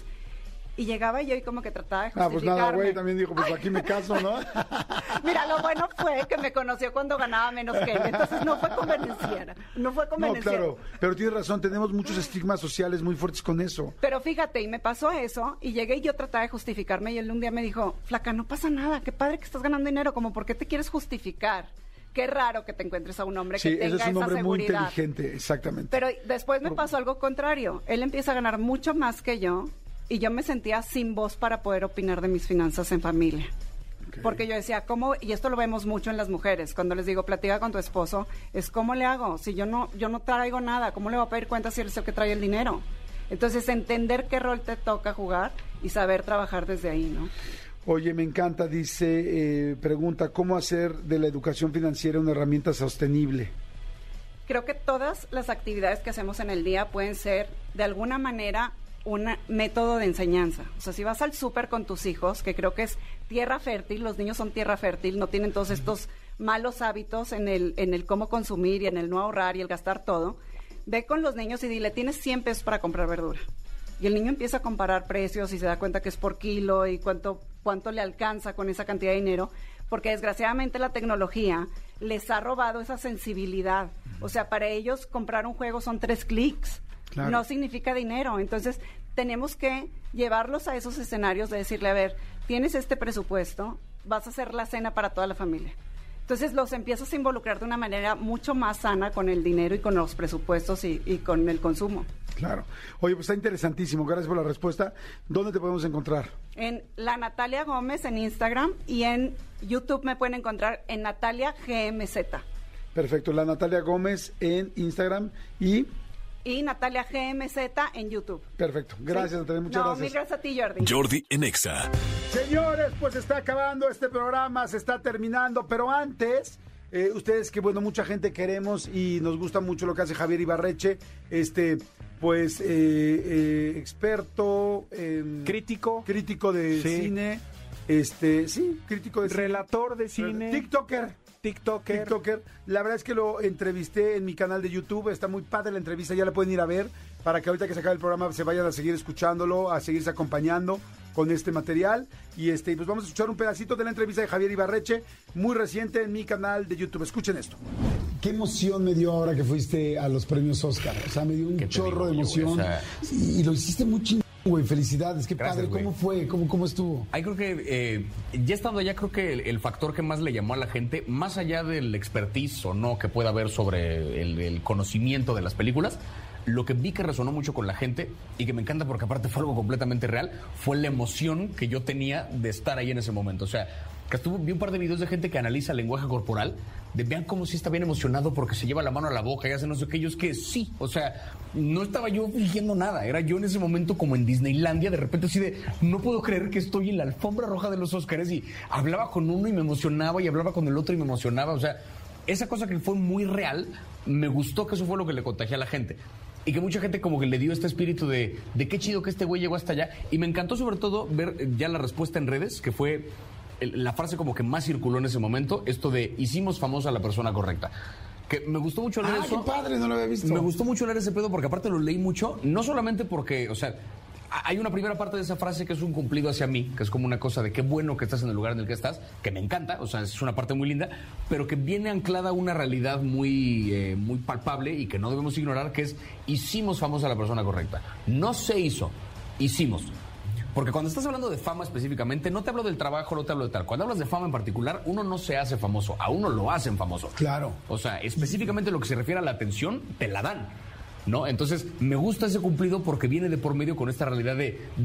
Y llegaba yo y como que trataba de justificarme.
Pues nada, güey, también dijo, pues aquí me caso, ¿no?
Mira, lo bueno fue que me conoció cuando ganaba menos que él, entonces no fue convenenciera. No, claro,
pero tienes razón, tenemos muchos estigmas sociales muy fuertes con eso.
Pero fíjate, y me pasó eso, y llegué y yo trataba de justificarme, y él un día me dijo, flaca, no pasa nada, qué padre que estás ganando dinero, como, ¿por qué te quieres justificar? Qué raro que te encuentres a un hombre que tenga esa seguridad. Sí, es un hombre muy inteligente,
exactamente.
Pero después me pasó algo contrario, él empieza a ganar mucho más que yo, y yo me sentía sin voz para poder opinar de mis finanzas en familia. Okay. Porque yo decía, ¿cómo? Y esto lo vemos mucho en las mujeres, cuando les digo, platica con tu esposo, es ¿cómo le hago? Si yo no traigo nada, ¿cómo le voy a pedir cuenta si él es el que trae el dinero? Entonces, entender qué rol te toca jugar y saber trabajar desde ahí, ¿no?
Oye, me encanta, dice, pregunta, ¿cómo hacer de la educación financiera una herramienta sostenible?
Creo que todas las actividades que hacemos en el día pueden ser, de alguna manera, un método de enseñanza. O sea, si vas al súper con tus hijos, que creo que es tierra fértil, los niños son tierra fértil, no tienen todos estos malos hábitos en el cómo consumir y en el no ahorrar y el gastar todo, ve con los niños y dile, tienes 100 pesos para comprar verdura. Y el niño empieza a comparar precios y se da cuenta que es por kilo y cuánto le alcanza con esa cantidad de dinero, porque desgraciadamente la tecnología les ha robado esa sensibilidad. O sea, para ellos comprar un juego son 3 clics. Claro. No significa dinero. Entonces, tenemos que llevarlos a esos escenarios de decirle, a ver, tienes este presupuesto, vas a hacer la cena para toda la familia. Entonces, los empiezas a involucrar de una manera mucho más sana con el dinero y con los presupuestos y con el consumo.
Claro. Oye, pues está interesantísimo. Gracias por la respuesta. ¿Dónde te podemos encontrar?
En la Natalia Gómez en Instagram y en YouTube me pueden encontrar en Natalia GMZ.
Perfecto. La Natalia Gómez en Instagram y
Natalia GMZ en YouTube.
Perfecto. Gracias, ¿sí? Natalia, muchas gracias.
Mil gracias a ti, Jordi.
Jordi en Exa.
Señores, pues está acabando este programa, se está terminando, pero antes, ustedes que, bueno, mucha gente queremos y nos gusta mucho lo que hace Javier Ibarreche, pues, experto, crítico de cine, crítico de
relator de cine,
TikToker. TikToker. La verdad es que lo entrevisté en mi canal de YouTube. Está muy padre la entrevista, ya la pueden ir a ver para que ahorita que se acabe el programa se vayan a seguir escuchándolo, a seguirse acompañando con este material. Y pues vamos a escuchar un pedacito de la entrevista de Javier Ibarreche, muy reciente en mi canal de YouTube. Escuchen esto. ¿Qué emoción me dio ahora que fuiste a los premios Oscar? O sea, me dio un chorro de emoción. Y lo hiciste muy chingón, güey. Felicidades, qué padre. ¿Cómo fue? ¿Cómo estuvo?
Ahí creo que, ya estando allá, creo que el factor que más le llamó a la gente, más allá del expertise o no que pueda haber sobre el conocimiento de las películas, lo que vi que resonó mucho con la gente y que me encanta porque aparte fue algo completamente real, fue la emoción que yo tenía de estar ahí en ese momento. O sea, que vi un par de videos de gente que analiza el lenguaje corporal, de vean cómo sí está bien emocionado porque se lleva la mano a la boca y hace no sé qué. Yo es que sí, o sea, no estaba yo fingiendo nada, era yo en ese momento como en Disneylandia, de repente así de, no puedo creer que estoy en la alfombra roja de los Óscares y hablaba con uno y me emocionaba y hablaba con el otro y me emocionaba. O sea, esa cosa que fue muy real, me gustó que eso fue lo que le contagié a la gente. Y que mucha gente como que le dio este espíritu de qué chido que este güey llegó hasta allá. Y me encantó sobre todo ver ya la respuesta en redes, que fue la frase como que más circuló en ese momento, esto de hicimos famosa a la persona correcta. Que me gustó mucho leer eso.
¡Qué padre! No lo había visto.
Me gustó mucho leer ese pedo porque aparte lo leí mucho, no solamente porque, o sea, hay una primera parte de esa frase que es un cumplido hacia mí, que es como una cosa de qué bueno que estás en el lugar en el que estás, que me encanta, o sea, es una parte muy linda, pero que viene anclada a una realidad muy, muy palpable y que no debemos ignorar, que es hicimos famosa a la persona correcta. No se hizo, hicimos. Porque cuando estás hablando de fama específicamente, no te hablo del trabajo, no te hablo de tal. Cuando hablas de fama en particular, uno no se hace famoso, a uno lo hacen famoso.
Claro.
O sea, específicamente lo que se refiere a la atención, te la dan, ¿no? Entonces, me gusta ese cumplido porque viene de por medio con esta realidad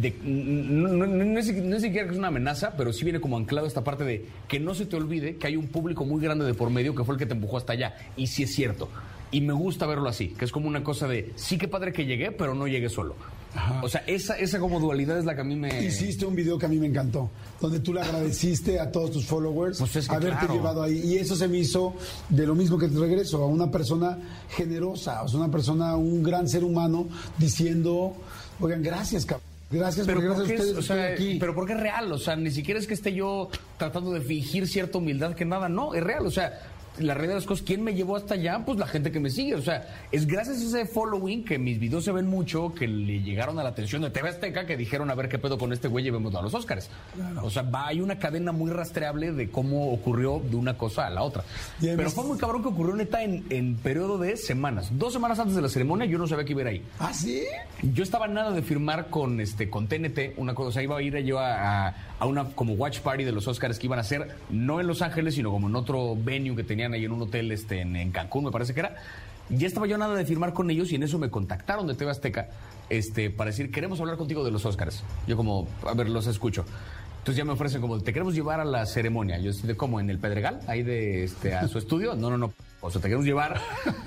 no es siquiera que es una amenaza, pero sí viene como anclado esta parte de que no se te olvide que hay un público muy grande de por medio que fue el que te empujó hasta allá. Y sí es cierto. Y me gusta verlo así, que es como una cosa de, sí que padre que llegué, pero no llegué solo. Ajá. O sea, esa como dualidad es la que a mí me...
Hiciste un video que a mí me encantó, donde tú le agradeciste a todos tus followers
pues es que
haberte llevado ahí. Y eso se me hizo de lo mismo que te regreso, a una persona generosa, o sea, una persona, un gran ser humano, diciendo, oigan, gracias, cabrón. Gracias,
pero
gracias a ustedes,
o sea,
estoy aquí.
Pero porque es real, o sea, ni siquiera es que esté yo tratando de fingir cierta humildad que nada, no, es real, o sea... La realidad de las cosas, ¿quién me llevó hasta allá? Pues la gente que me sigue, o sea, es gracias a ese following que mis videos se ven mucho, que le llegaron a la atención de TV Azteca, que dijeron, a ver qué pedo con este güey, llevémoslo a los Óscares. Claro. O sea, hay una cadena muy rastreable de cómo ocurrió de una cosa a la otra. Pero fue muy cabrón que ocurrió neta en periodo de semanas. 2 semanas antes de la ceremonia yo no sabía que iba a ir ahí.
¿Ah, sí?
Yo estaba nada de firmar con TNT, una cosa, o sea, iba a ir yo a una como watch party de los Óscares que iban a hacer, no en Los Ángeles, sino como en otro venue que tenían ahí en un hotel en Cancún, me parece que era. Ya estaba yo nada de firmar con ellos y en eso me contactaron de TV Azteca para decir, queremos hablar contigo de los Óscares. Yo como, a ver, los escucho. Entonces ya me ofrecen como, te queremos llevar a la ceremonia. Yo estoy ¿cómo? ¿En el Pedregal? Ahí a su estudio. No. O sea, te queremos llevar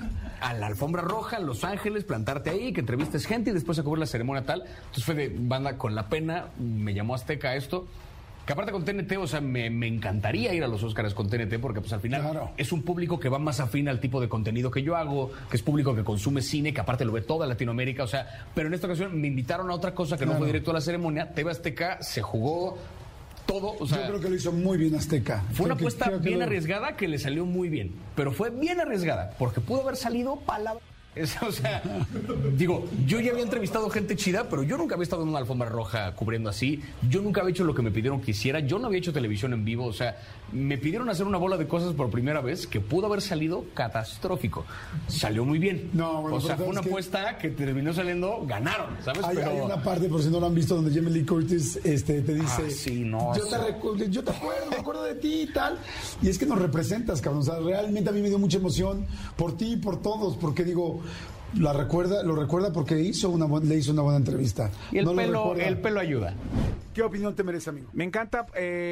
a la alfombra roja, en Los Ángeles, plantarte ahí, que entrevistes gente y después a cubrir la ceremonia tal. Entonces fue de banda con la pena, me llamó Azteca esto. Que aparte con TNT, o sea, me encantaría ir a los Óscares con TNT porque pues al final es un público que va más afín al tipo de contenido que yo hago, que es público que consume cine, que aparte lo ve toda Latinoamérica, o sea, pero en esta ocasión me invitaron a otra cosa que no fue directo a la ceremonia. TV Azteca se jugó todo, o sea...
Yo creo que lo hizo muy bien Azteca.
Fue una apuesta bien arriesgada que le salió muy bien, pero fue bien arriesgada porque pudo haber salido palabra... O sea, digo, yo ya había entrevistado gente chida, pero yo nunca había estado en una alfombra roja cubriendo así. Yo nunca había hecho lo que me pidieron que hiciera. Yo no había hecho televisión en vivo. O sea, me pidieron hacer una bola de cosas por primera vez que pudo haber salido catastrófico. Salió muy bien.
No, bueno,
o sea, fue una apuesta que terminó saliendo, ganaron, ¿sabes?
Hay una parte, por si no lo han visto, donde Jamie Lee Curtis te dice...
sí, no,
yo te me acuerdo de ti y tal. Y es que nos representas, cabrón. O sea, realmente a mí me dio mucha emoción por ti y por todos, porque digo... lo recuerda porque le hizo una buena entrevista.
Y el pelo ayuda.
¿Qué opinión te merece, amigo?
Me encanta,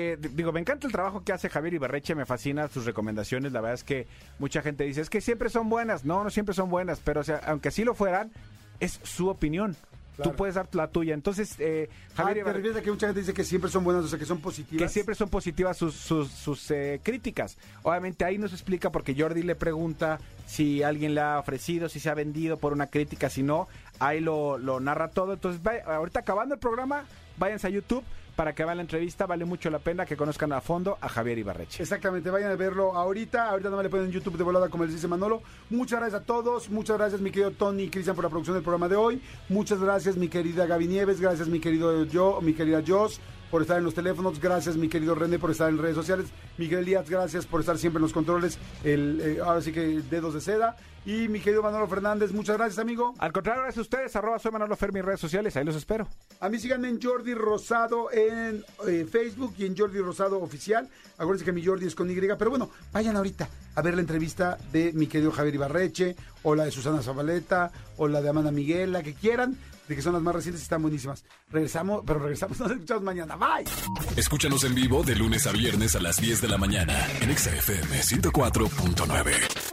me encanta el trabajo que hace Javier Ibarreche, me fascina sus recomendaciones. La verdad es que mucha gente dice, es que siempre son buenas. No siempre son buenas, pero o sea, aunque así lo fueran, es su opinión. Claro. Tú puedes dar la tuya. Entonces, Javier Ibarreche... ¿Te refieres a que mucha gente dice que siempre son buenas, o sea, que son positivas? Que siempre son positivas sus críticas. Obviamente ahí nos explica porque Jordi le pregunta si alguien le ha ofrecido, si se ha vendido por una crítica, si no, ahí lo narra todo. Entonces, ahorita acabando el programa, váyanse a YouTube para que vean la entrevista. Vale mucho la pena que conozcan a fondo a Javier Ibarreche.
Exactamente, vayan a verlo ahorita nomás le ponen en YouTube de volada, como les dice Manolo. Muchas gracias a todos, muchas gracias mi querido Tony y Cristian por la producción del programa de hoy. Muchas gracias mi querida Gaby Nieves, gracias mi querido mi querida Jos por estar en los teléfonos, gracias mi querido René por estar en redes sociales, Miguel Elías, gracias por estar siempre en los controles, ahora sí que dedos de seda, y mi querido Manolo Fernández, muchas gracias amigo.
Al contrario, gracias a ustedes, @soy Manolo Fer, mis redes sociales, ahí los espero.
A mí síganme en Jordi Rosado en Facebook y en Jordi Rosado Oficial. Acuérdense que mi Jordi es con Y, pero bueno, vayan ahorita a ver la entrevista de mi querido Javier Ibarreche, o la de Susana Zabaleta, o la de Amanda Miguel, la que quieran, de que son las más recientes y están buenísimas. Regresamos, nos escuchamos mañana. Bye.
Escúchanos en vivo de lunes a viernes a las 10 de la mañana en Exa FM 104.9.